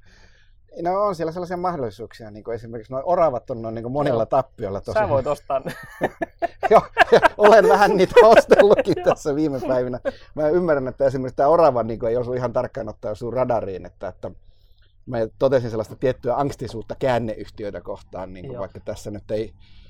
No on siellä sellaisia mahdollisuuksia, niin kuin esimerkiksi nuo oravat on noin niin kuin monilla tappiolla. Sä voit ostaa ne. Joo, olen vähän niitä ostellutkin tässä viime päivinä. Mä ymmärrän, että esimerkiksi tämä orava niin ei osu ihan tarkkaan ottaa sun radariin, että mä totesin sellaista tiettyä angstisuutta käänneyhtiöitä kohtaan, niin kuin vaikka tässä nyt ei...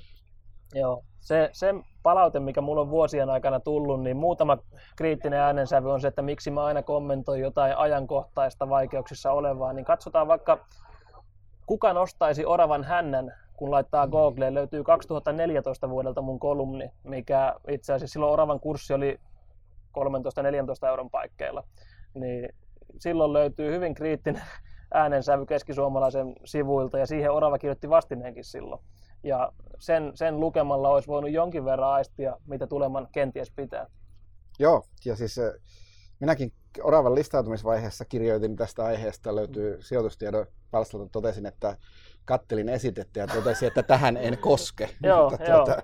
Joo, se palaute, mikä mulla on vuosien aikana tullut, niin muutama kriittinen äänensävy on se, että miksi mä aina kommentoin jotain ajankohtaista vaikeuksissa olevaa, niin katsotaan vaikka kuka nostaisi oravan hännän, kun laittaa Googleen, löytyy 2014 vuodelta mun kolumni, mikä itse asiassa silloin oravan kurssi oli 13-14 euron paikkeilla, niin silloin löytyy hyvin kriittinen äänensävy keskisuomalaisen sivuilta ja siihen orava kirjoitti vastineenkin silloin. Ja sen lukemalla olisi voinut jonkin verran aistia, mitä tuleman kenties pitää. Joo, ja siis minäkin oravan listautumisvaiheessa kirjoitin tästä aiheesta, löytyy sijoitustiedon palstalta, totesin, että kattelin esitettä ja totesin, että tähän en koske. Mutta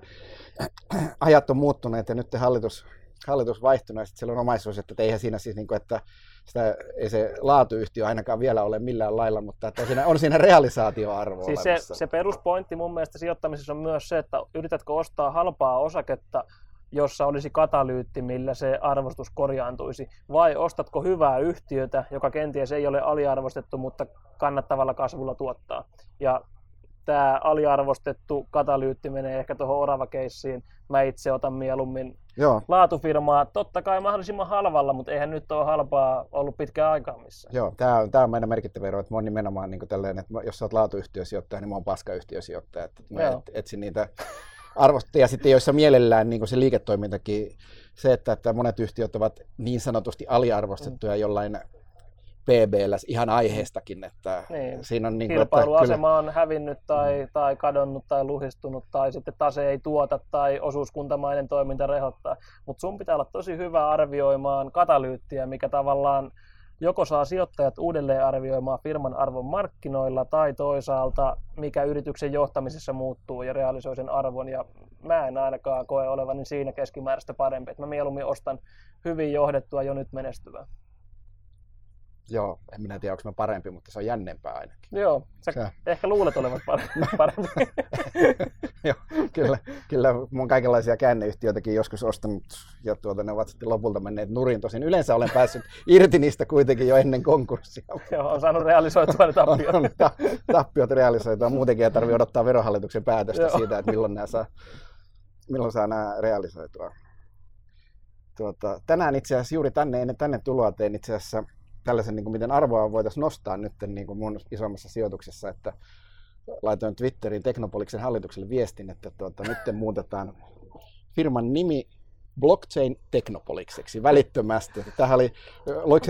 ajat on muuttuneet ja nyt hallitus vaihtunut ja sitten siellä on omaisuus, että eihän siinä siis, että ei se laatuyhtiö ainakaan vielä ole millään lailla, mutta että on siinä realisaatioarvo siis olemassa. Se peruspointti mun mielestä sijoittamisessa on myös se, että yritätkö ostaa halpaa osaketta, jossa olisi katalyytti, millä se arvostus korjaantuisi, vai ostatko hyvää yhtiötä, joka kenties ei ole aliarvostettu, mutta kannattavalla kasvulla tuottaa. Ja tämä aliarvostettu katalyytti menee ehkä tuohon Orava-keissiin. Mä itse otan mieluummin laatufirmaa, totta kai mahdollisimman halvalla, mutta eihän nyt ole halpaa ollut pitkään aikaa missään. Joo, tämä on meidän merkittävä ero, että mä oon nimenomaan niin tälleen, että jos sä oot laatuyhtiösijoittaja, niin mä oon paskayhtiösijoittaja. Että mä etsin niitä arvostettuja, ja sitten joissa mielellään niin se liiketoimintakin, se, että monet yhtiöt ovat niin sanotusti aliarvostettuja jollain PB:llä ihan aiheestakin, että siinä on kilpailuasema on hävinnyt tai kadonnut tai luhistunut tai sitten tase ei tuota tai osuuskuntamainen toiminta rehottaa, mutta sun pitää olla tosi hyvä arvioimaan katalyyttiä, mikä tavallaan joko saa sijoittajat uudelleen arvioimaan firman arvon markkinoilla tai toisaalta mikä yrityksen johtamisessa muuttuu ja realisoi sen arvon, ja mä en ainakaan koe olevani siinä keskimääräistä parempi, että mä mieluummin ostan hyvin johdettua jo nyt menestyvää. Joo, en minä tiedä, onko mä parempi, mutta se on jännempää ainakin. Joo, sä ehkä luulet olevat parempi. Joo, kyllä mun kaikenlaisia käänneyhtiöitäkin joskus ostanut, ja ne ovat sitten lopulta menneet nurin. Tosin yleensä olen päässyt irti niistä kuitenkin jo ennen konkurssia. Joo, on saanut realisoitua ne tappiot. Tappiot realisoitua. Muutenkin ei tarvitse odottaa verohallituksen päätöstä siitä, että milloin saa nämä realisoitua. Tänään itse asiassa juuri tänne tuloa tein itse asiassa tällaisen, niin kuin miten arvoa voitaisiin nostaa nyt niin kuin mun isommassa sijoituksessa, että laitoin Twitteriin Teknopoliksen hallitukselle viestin, että nyt muutetaan firman nimi Blockchain Teknopolikseksi välittömästi. Tämähän oli, Long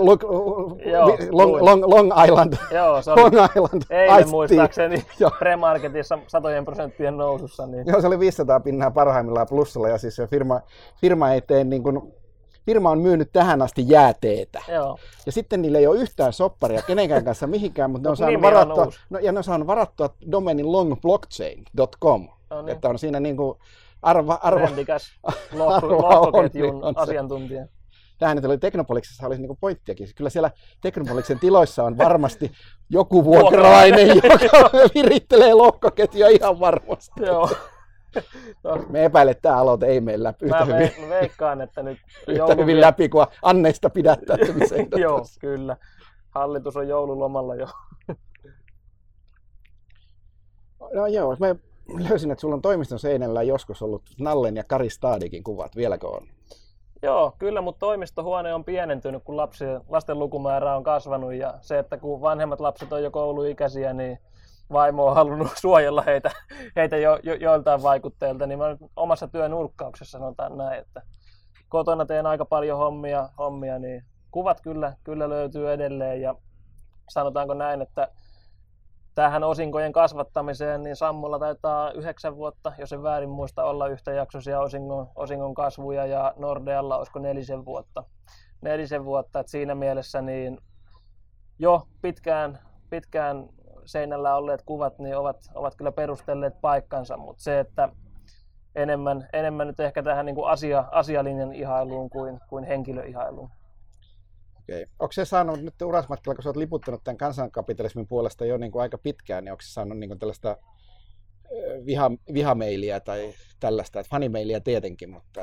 Island. Joo, se oli Long Island eilen muistaakseni premarketissa 100% nousussa. Niin. Joo, se oli 500 pinnaa parhaimmillaan plussalla, ja siis se firma ei tee niin kuin, firma on myynyt tähän asti jääteetä. Joo. Ja sitten niillä ei ole yhtään sopparia kenenkään kanssa mihinkään, mutta ne on saanut varattua domeenin longblockchain.com. No niin. Että on siinä niin kuin trendikäs lohkoketjun asiantuntija. Tähän nyt oli Teknopoliksessa olisi niin pointtiakin. Kyllä siellä Teknopoliksen tiloissa on varmasti joku vuokralainen, joka virittelee lohkoketjua ihan varmasti. Joo. No. Me epäilen, että tämä aloite ei mene läpi yhtä hyvin. Mä veikkaan, että nyt yhtä hyvin läpi kuin Anneista pidättäytymiseen. Joo, kyllä. Hallitus on joululomalla jo. No joo, mä löysin, että sulla on toimiston seinällä joskus ollut Nallen ja Kari Stadikin kuvat. Vieläkö on? Joo, kyllä, mutta toimistohuone on pienentynyt, kun lasten lukumäärä on kasvanut, ja se, että kun vanhemmat lapset on jo kouluikäisiä, niin vaimo on halunnut suojella heitä joiltain vaikutteilta, niin mä nyt omassa työnurkkauksessa sanotaan näin, että kotona teen aika paljon hommia niin kuvat kyllä löytyy edelleen, ja sanotaanko näin, että tähän osinkojen kasvattamiseen, niin Sammolla taitaa 9 vuotta, jos en väärin muista, olla yhtäjaksoisia osingon kasvuja ja Nordealla olisiko 4 vuotta. 4 vuotta, että siinä mielessä niin jo pitkään seinällä olleet kuvat niin ovat kyllä perustelleet paikkansa, mutta se, että enemmän nyt ehkä tähän niin kuin asialinjan ihailuun kuin henkilöihailuun. Okei. Onko se saanut nyt urasmatkalla, kun sä oot liputtanut tämän kansankapitalismin puolesta jo niin kuin aika pitkään, niin onko se saanut niin kuin tällaista vihameilia tai tällaista, että fanimeilia tietenkin, mutta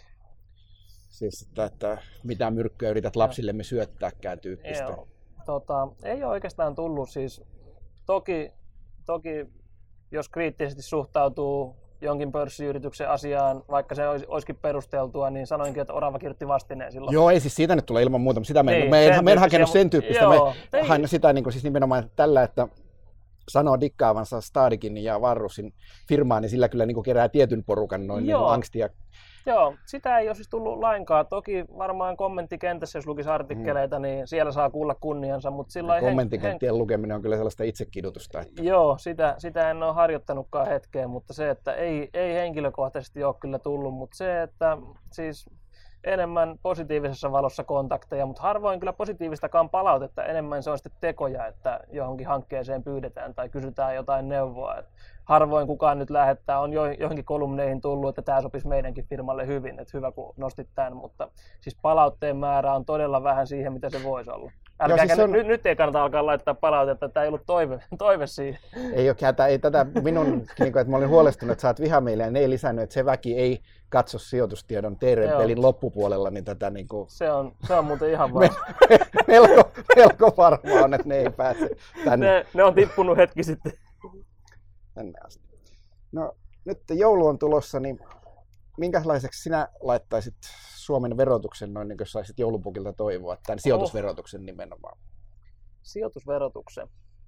että mitä myrkkyä yrität lapsillemme syöttääkään tyyppistä? Joo. Ei ole oikeastaan tullut. Siis, toki jos kriittisesti suhtautuu jonkin pörssiyrityksen asiaan, vaikka se olisikin perusteltua, niin sanoinkin, että orava kirjoitti vastineen silloin. Joo, ei siis siitä nyt tulee ilman muuta, mutta sitä me en hakenut sen tyyppistä. Me hain sitä niin kuin, siis nimenomaan tällä, että sanoo dikkaavansa Stadikin ja Varrusin firmaan, niin sillä kyllä niin kuin kerää tietyn porukan noin niin angstia. Joo, sitä ei ole siis tullut lainkaan. Toki varmaan kommenttikentässä, jos lukisi artikkeleita, niin siellä saa kuulla kunniansa. Mutta kommenttikenttien lukeminen on kyllä sellaista itsekidutusta. Että... Joo, sitä en ole harjoittanutkaan hetkeen, mutta se, että ei henkilökohtaisesti ole kyllä tullut. Mutta se, että siis enemmän positiivisessa valossa kontakteja, mutta harvoin kyllä positiivistakaan palautetta. Enemmän se on sitten tekoja, että johonkin hankkeeseen pyydetään tai kysytään jotain neuvoa. Et harvoin kukaan nyt lähettää, on johonkin kolumneihin tullut, että tämä sopisi meidänkin firmalle hyvin, että hyvä kun nostit tämän, mutta siis palautteen määrä on todella vähän siihen, mitä se voisi olla. Nyt ei kannata alkaa laittaa palautetta, että tämä ei ollut toive siihen. Ei tätä minun, niin kuin, että mä olin huolestunut, että saat vihameille ja ne ei lisännyt, että se väki ei katso sijoitustiedon TR-pelin loppupuolella, niin tätä niin kuin... Se on muuten ihan vaan. melko varmaa on, että ne ei pääse tänne. Ne on tippunut hetki sitten. Tänne asti. No nyt joulu on tulossa, niin minkälaiseksi sinä laittaisit Suomen verotuksen noin, niin kuin saisit joulupukilta toivoa, tämän sijoitusverotuksen nimenomaan? Sijoitusverotuksen.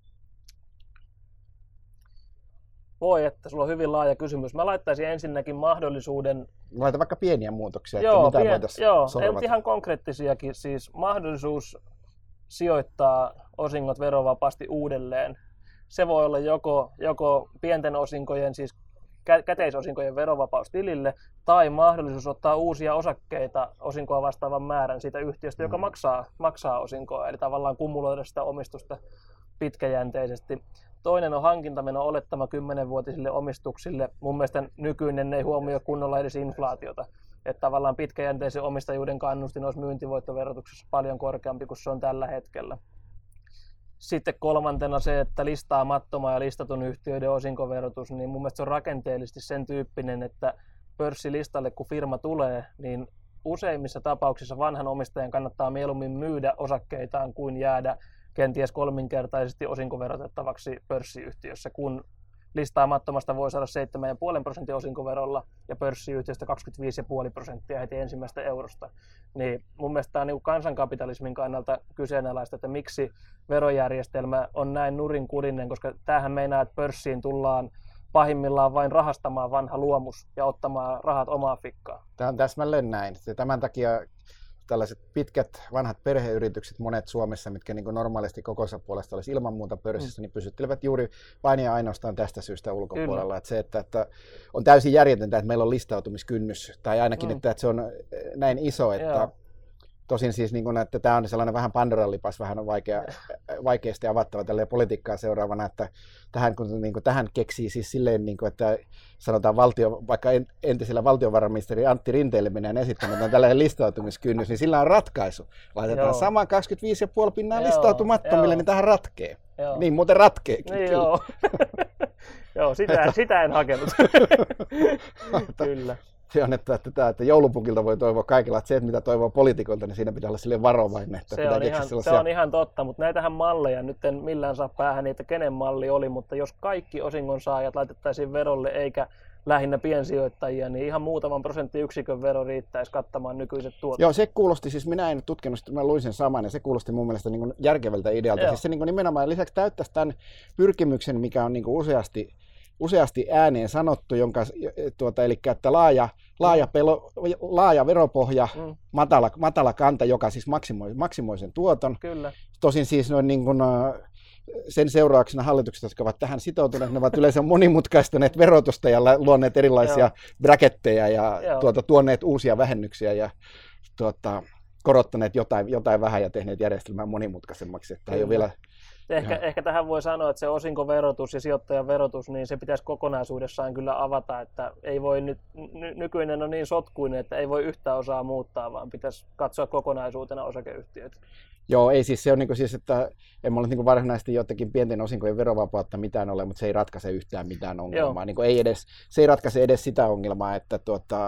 Voi, että sulla on hyvin laaja kysymys. Mä laittaisin ensinnäkin mahdollisuuden... Laita vaikka pieniä muutoksia, että mitä voitaisiin sorvata. Ei ihan konkreettisiakin. Siis mahdollisuus sijoittaa osingot verovapaasti uudelleen. Se voi olla joko pienten osinkojen, siis käteisosinkojen verovapaustilille, tai mahdollisuus ottaa uusia osakkeita osinkoa vastaavan määrän siitä yhtiöstä, joka maksaa osinkoa, eli tavallaan kumuloida sitä omistusta pitkäjänteisesti. Toinen on hankintameno olettama 10-vuotisille omistuksille. Mun mielestä nykyinen ei huomioi kunnolla edes inflaatiota. Että tavallaan pitkäjänteisen omistajuuden kannustin olisi myyntivoittoverotuksessa paljon korkeampi kuin se on tällä hetkellä. Sitten kolmantena se, että listaamattoman ja listatun yhtiöiden osinkoverotus, niin mun mielestä se on rakenteellisesti sen tyyppinen, että pörssilistalle kun firma tulee, niin useimmissa tapauksissa vanhan omistajan kannattaa mieluummin myydä osakkeitaan kuin jäädä kenties 3-kertaisesti osinkoverotettavaksi pörssiyhtiössä, kun listaamattomasta voi saada 7,5% osinkoverolla ja pörssiyhtiöstä 25,5% heti ensimmäistä eurosta. Niin mun mielestä tämä on niin kansankapitalismin kannalta kyseenalaista, että miksi verojärjestelmä on näin nurinkurinen, koska tämähän meinaa, että pörssiin tullaan pahimmillaan vain rahastamaan vanha luomus ja ottamaan rahat omaa fikkaan. Tämä on täsmälleen näin. Tämän takia tällaiset pitkät vanhat perheyritykset, monet Suomessa, mitkä niin kuin normaalisti kokonsa puolesta olisi ilman muuta pörssissä, niin pysyttelevät juuri vain ja ainoastaan tästä syystä ulkopuolella. Että se, että on täysin järjetöntä, että meillä on listautumiskynnys, tai ainakin, että se on näin iso, että tosin siis, niin kuin, että tämä on sellainen vähän Pandoran lipas, vähän on vaikeasti avattava tälleen politiikkaa seuraavana, että tähän keksii siis silleen, niin kuin, että sanotaan vaikka entisellä valtiovarainministeri Antti Rinteelle mennään esittämään tällainen listautumiskynnys, niin sillä on ratkaisu. Laitetaan sama 25,5% listautumattomille, niin tähän ratkee. Joo. Niin muuten ratkeekin. Niin, joo. Joo, sitä en hakenut. Kyllä. Se on, että joulupukilta voi toivoa kaikilla, että se, mitä toivoo poliitikoilta, niin siinä pitää olla silleen varovainen. Että se on ihan totta, mutta näitähän malleja, nyt en millään saa päähän niitä, kenen malli oli, mutta jos kaikki osingonsaajat laitettaisiin verolle eikä lähinnä piensijoittajia, niin ihan muutaman prosenttiyksikön vero riittäisi kattamaan nykyiset tuotot. Joo, se kuulosti, siis minä en tutkinut, mä luin sen saman, ja se kuulosti mun mielestä niin kuin järkevältä idealta. Siis se niin kuin nimenomaan lisäksi täyttäisi tämän pyrkimyksen, mikä on niin kuin useasti ääneen sanottu, eli että laaja veropohja, matala kanta, joka siis maksimoi sen tuoton. Kyllä. Tosin siis noin niin kuin sen seurauksena hallitukset, jotka ovat tähän sitoutuneet, ne ovat yleensä monimutkaistaneet verotusta ja luoneet erilaisia bracketteja ja tuoneet uusia vähennyksiä ja korottaneet jotain vähän ja tehneet järjestelmää monimutkaisemmaksi. Että ei ole vielä Ehkä tähän voi sanoa, että se osinkoverotus ja sijoittajan verotus, niin se pitäisi kokonaisuudessaan kyllä avata, että ei voi nykyinen on niin sotkuinen, että ei voi yhtä osaa muuttaa, vaan pitäisi katsoa kokonaisuutena osakeyhtiöitä. Joo, ei siis se on siis, että en mä ole niin varsinaisesti jotenkin pienten osinkojen verovapautta mitään ole, mutta se ei ratkaise yhtään mitään ongelmaa. Niin se ei ratkaise edes sitä ongelmaa, että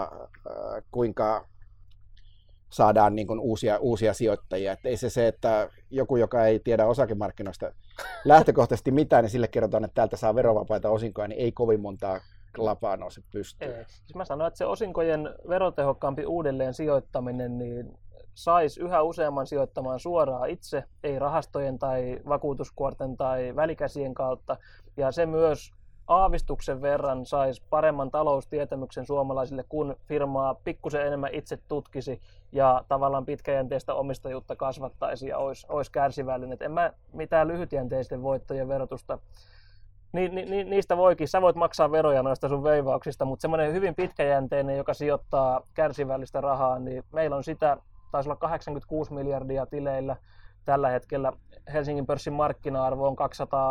kuinka saadaan niin kuin uusia sijoittajia. Että ei se, että joku, joka ei tiedä osakemarkkinoista lähtökohtaisesti mitään, niin sille kerrotaan, että täältä saa verovapaita osinkoja, niin ei kovin montaa lapaa nouse pystyyn. Siis mä sanoin, että se osinkojen verotehokkaampi uudelleen sijoittaminen niin saisi yhä useamman sijoittamaan suoraan itse, ei rahastojen tai vakuutuskuorten tai välikäsien kautta. Ja se myös aavistuksen verran saisi paremman taloustietämyksen suomalaisille, kun firmaa pikkusen enemmän itse tutkisi ja tavallaan pitkäjänteistä omistajuutta kasvattaisi ja olisi kärsivällinen. En mä mitään lyhytjänteisten voittojen verotusta, niistä sä voit maksaa veroja noista sun veivauksista, mutta semmoinen hyvin pitkäjänteinen, joka sijoittaa kärsivällistä rahaa, niin meillä on sitä, taisi olla 86 miljardia tileillä tällä hetkellä. Helsingin pörssin markkina-arvo on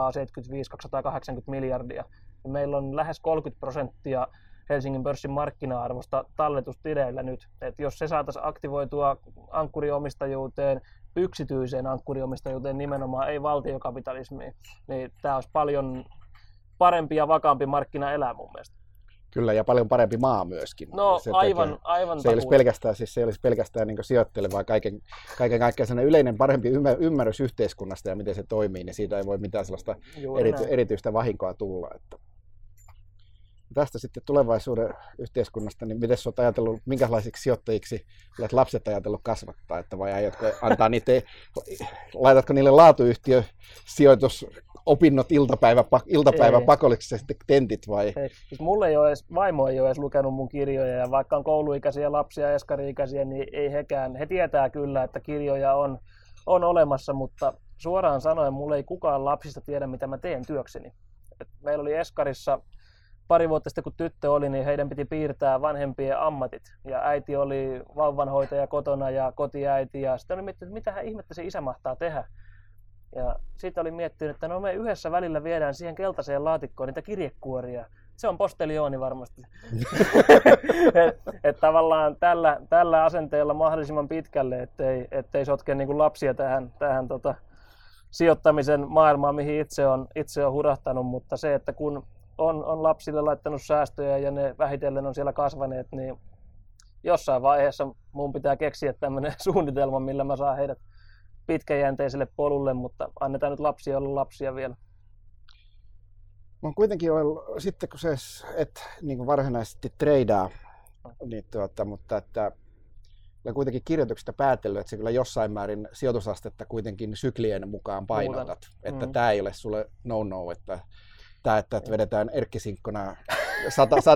275-280 miljardia. Meillä on lähes 30% Helsingin pörssin markkina-arvosta talletustileillä nyt. Et jos se saataisiin aktivoitua ankkuriomistajuuteen, yksityiseen ankkuriomistajuuteen nimenomaan, ei valtiokapitalismiin, niin tämä olisi paljon parempi ja vakaampi markkina elää mun mielestä. Kyllä, ja paljon parempi maa myöskin. No aivan se ei olisi pelkästään niin sijoittajille, vaan kaiken kaikkiaan sellainen yleinen parempi ymmärrys yhteiskunnasta ja miten se toimii, niin siitä ei voi mitään sellaista erityistä vahinkoa tulla. Että tästä sitten tulevaisuuden yhteiskunnasta, niin miten olet ajatellut, minkälaisiksi sijoittajiksi olet lapset ajatellut kasvattaa, että vai aiotko antaa laitatko niille laatuyhtiösijoitusopinnot iltapäivä pakolliseksi ja sitten tentit vai? Siis vaimo ei ole edes lukenut mun kirjoja ja vaikka on kouluikäisiä lapsia ja eskari-ikäisiä, niin ei he tietää kyllä, että kirjoja on olemassa, mutta suoraan sanoen mulle ei kukaan lapsista tiedä, mitä mä teen työkseni. Meillä oli eskarissa pari vuotta sitten, kun tyttö oli, niin heidän piti piirtää vanhempien ammatit. Ja äiti oli vauvanhoitaja kotona ja kotiäiti. Ja sitten oli miettinyt, että mitähän ihmettä se isä mahtaa tehdä. Ja sitten oli miettinyt, että no me yhdessä välillä viedään siihen keltaiseen laatikkoon niitä kirjekuoria. Se on posteljooni varmasti. Että tavallaan tällä asenteella mahdollisimman pitkälle, ettei sotke niin kuin lapsia tähän sijoittamisen maailmaan, mihin itse on hurahtanut. Mutta se, että kun on lapsille laittanut säästöjä ja ne vähitellen on siellä kasvaneet, niin jossain vaiheessa mun pitää keksiä tämmöinen suunnitelma, millä mä saan heidät pitkäjänteiselle polulle, mutta annetaan nyt lapsia olla lapsia vielä. Mä kuitenkin sitten kun et niin kuin varsinaisesti treidaa, niin mutta että olen kuitenkin kirjoituksesta päätellyt, että se kyllä jossain määrin sijoitusastetta kuitenkin syklien mukaan painotat. Että tämä ei ole sulle no-no, että vedetään erkkisinkkona 100%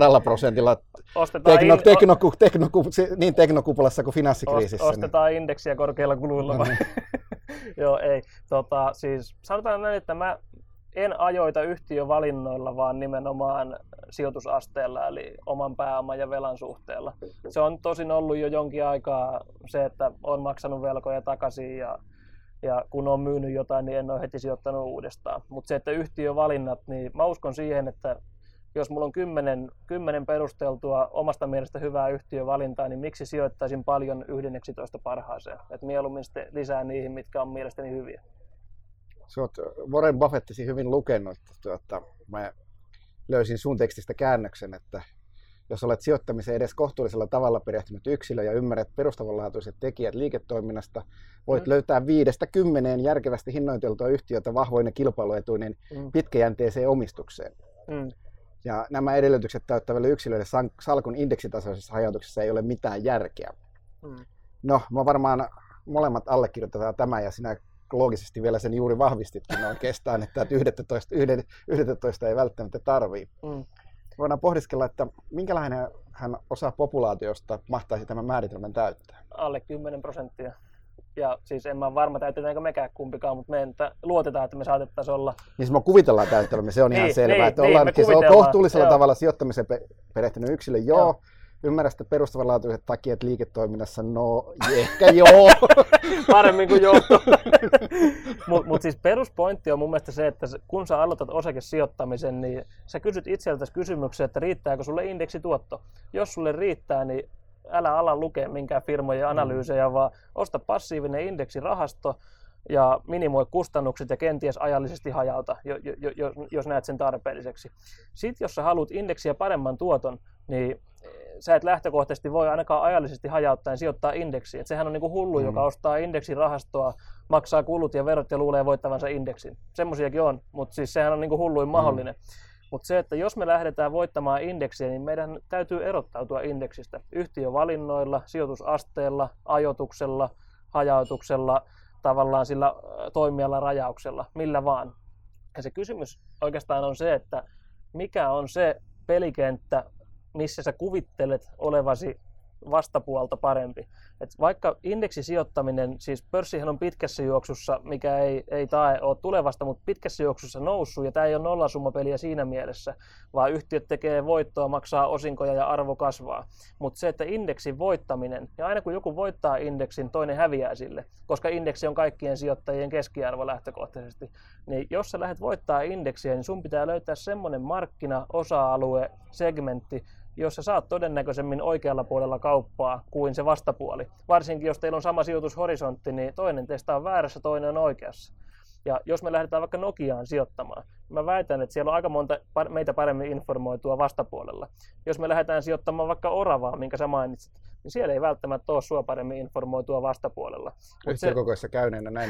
niin teknokupolassa kuin finanssikriisissä. Ostetaan indeksiä korkeilla kuluilla. Joo, ei. Siis sanotaan näin, että mä en ajoita yhtiövalinnoilla, vaan nimenomaan sijoitusasteella, eli oman pääoman ja velan suhteella. Se on tosin ollut jo jonkin aikaa se, että olen maksanut velkoja takaisin ja kun on myynyt jotain, niin en ole heti sijoittanut uudestaan. Mutta se, että yhtiövalinnat, niin mä uskon siihen, että jos mulla on 10 perusteltua omasta mielestä hyvää yhtiövalintaa, niin miksi sijoittaisin paljon 11 parhaaseen? Et mieluummin sitten lisää niihin, mitkä on mielestäni hyviä. Sä oot Warren Buffettisi hyvin lukenut. Mä löysin sun tekstistä käännöksen, että jos olet sijoittamiseen edes kohtuullisella tavalla perehtynyt yksilö ja ymmärrät perustavanlaatuiset tekijät liiketoiminnasta, voit löytää 5-10 järkevästi hinnoiteltua yhtiötä vahvoinen kilpailuetuinen pitkäjänteiseen omistukseen. Ja nämä edellytykset täyttäville yksilöille salkun indeksitasoisessa hajautuksessa ei ole mitään järkeä. No, mä varmaan molemmat allekirjoitetaan tämä ja sinä loogisesti vielä sen juuri vahvistitkin oikeastaan, että 11 ei välttämättä tarvii. Voidaan pohdiskella, että minkälainen osa populaatiosta mahtaisi tämän määritelmän täyttää? Alle 10%. Ja siis en mä ole varma, täytetäänkö mekään kumpikaan, mutta me luotetaan, että me saatettaisiin olla. Niin siis me kuvitellaan täyttävämme, se on ihan selvää, että ollaan me siis kohtuullisella tavalla sijoittamiseen perehtynyt yksilö, joo. Ymmärrän sitä perustavanlaatuiset takiat liiketoiminnassa, no ehkä joo. Paremmin kuin johto. Mutta siis peruspointti on mun mielestä se, että kun sä aloitat osakesijoittamisen, niin sä kysyt itseltäsi kysymyksen, että riittääkö sulle indeksituotto. Jos sulle riittää, niin älä ala lukea minkään firmojen analyysejä, vaan osta passiivinen indeksirahasto ja minimoi kustannukset ja kenties ajallisesti hajauta, jos näet sen tarpeelliseksi. Sitten jos sä haluat indeksiä paremman tuoton, niin sä et lähtökohtaisesti voi ainakaan ajallisesti hajauttaen sijoittaa indeksiin. Et sehän on niinku hullu, joka ostaa indeksirahastoa, maksaa kulut ja verot ja luulee voittavansa indeksin. Semmosiakin on, mutta siis sehän on niinku hulluin mahdollinen. Mutta se, että jos me lähdetään voittamaan indeksiä, niin meidän täytyy erottautua indeksistä yhtiövalinnoilla, sijoitusasteella, ajoituksella, hajautuksella, tavallaan sillä toimialan rajauksella, millä vaan. Ja se kysymys oikeastaan on se, että mikä on se pelikenttä, missä sä kuvittelet olevasi vastapuolta parempi. Et vaikka indeksisijoittaminen, siis pörssihän on pitkässä juoksussa, mikä ei tae ole tulevasta, mutta pitkässä juoksussa noussut, ja tämä ei ole nollasummapeliä siinä mielessä, vaan yhtiöt tekee voittoa, maksaa osinkoja ja arvo kasvaa. Mutta se, että indeksin voittaminen, ja aina kun joku voittaa indeksin, toinen häviää sille, koska indeksi on kaikkien sijoittajien keskiarvo lähtökohtaisesti. Niin jos sä lähdet voittaa indeksiä, niin sun pitää löytää semmoinen markkina, osa-alue, segmentti, jossa saat todennäköisemmin oikealla puolella kauppaa kuin se vastapuoli. Varsinkin jos teillä on sama sijoitushorisontti, niin toinen teistä on väärässä, toinen on oikeassa. Ja jos me lähdetään vaikka Nokiaan sijoittamaan, mä väitän, että siellä on aika monta meitä paremmin informoitua vastapuolella. Jos me lähdetään sijoittamaan vaikka Oravaan, minkä sä mainitsit, niin siellä ei välttämättä ole sua paremmin informoitua vastapuolella. Yhtiökokoissa käyneenä näin,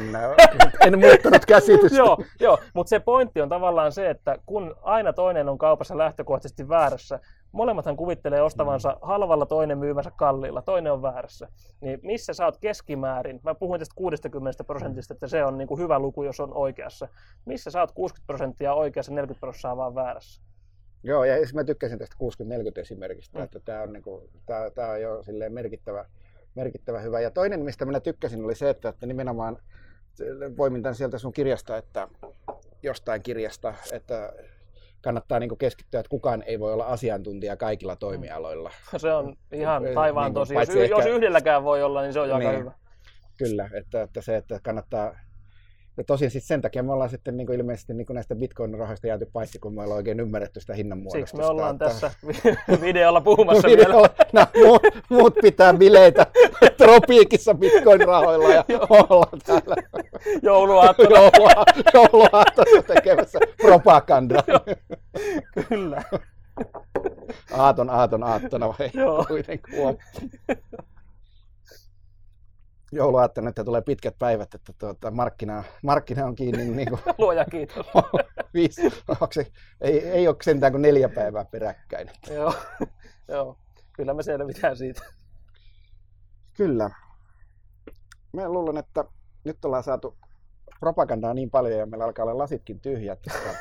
en muuttanut käsitystä. Joo, mutta se pointti on tavallaan se, että kun aina toinen on kaupassa lähtökohtaisesti väärässä, molemmathan kuvittelee ostavansa halvalla, toinen myyvänsä kalliilla, toinen on väärässä. Niin missä sä oot keskimäärin, mä puhuin tästä 60%, että se on niinku hyvä luku, jos on oikeassa. Missä sä oot 60% oikeassa, 40% vaan väärässä? Joo, ja mä tykkäsin tästä 60-40 esimerkistä, että tämä on, niinku, tää on jo silleen merkittävä hyvä. Ja toinen, mistä minä tykkäsin, oli se, että nimenomaan poimin tämän sieltä sun kirjasta, että jostain kirjasta, että kannattaa niinku keskittyä, että kukaan ei voi olla asiantuntija kaikilla toimialoilla. Se on ihan taivaan tosi. Jos yhdelläkään voi olla, niin se on jo aika hyvä. Kyllä, että se, että kannattaa. Ja tosiaan sen takia me ollaan sitten niin ilmeisesti niin näistä Bitcoin-rahoista jääty paitsi, kun me ollaan oikein ymmärretty sitä hinnanmuodostusta. Siksi me ollaan tässä videolla puhumassa vielä. Muut pitää bileitä tropiikissa Bitcoin-rahoilla ja ollaan täällä jouluaattona tekemässä propagandaa. Kyllä. Aattona vai kuitenkin jouluaattona, että tulee pitkät päivät, että markkina on kiinni. Niin kuin, luoja kiitos. Ei ole sentään kuin 4 päivää peräkkäin. Joo, kyllä me selvitään siitä. Kyllä. Mä luulen, että nyt ollaan saatu propagandaa niin paljon ja meillä alkaa olla lasitkin tyhjät.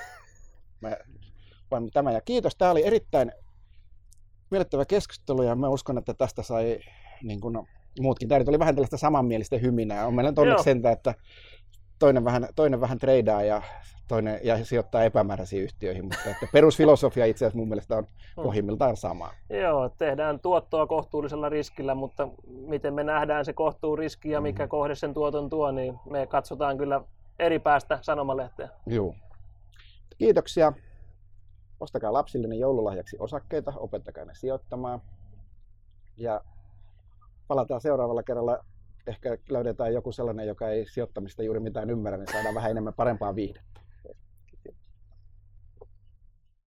Tämä ja kiitos. Tämä oli erittäin miellyttävä keskustelu ja mä uskon, että tästä sai niin kuin, muutkin. Tämä oli vähän tällaista samanmielistä hyminää. On meillä onneksi sentään, että toinen vähän treidaa ja toinen sijoittaa epämääräisiin yhtiöihin, mutta että perusfilosofia itse asiassa mun mielestä on pohjimmiltaan sama. Joo, tehdään tuottoa kohtuullisella riskillä, mutta miten me nähdään se kohtuuriski ja mikä kohde sen tuoton tuo, niin me katsotaan kyllä eri päästä sanomalehteä. Joo. Kiitoksia. Ostakaa lapsillinen joululahjaksi osakkeita, opettakaa ne sijoittamaan. Ja palataan seuraavalla kerralla. Ehkä löydetään joku sellainen, joka ei sijoittamista juuri mitään ymmärrä, niin saadaan vähän enemmän parempaa viihdettä.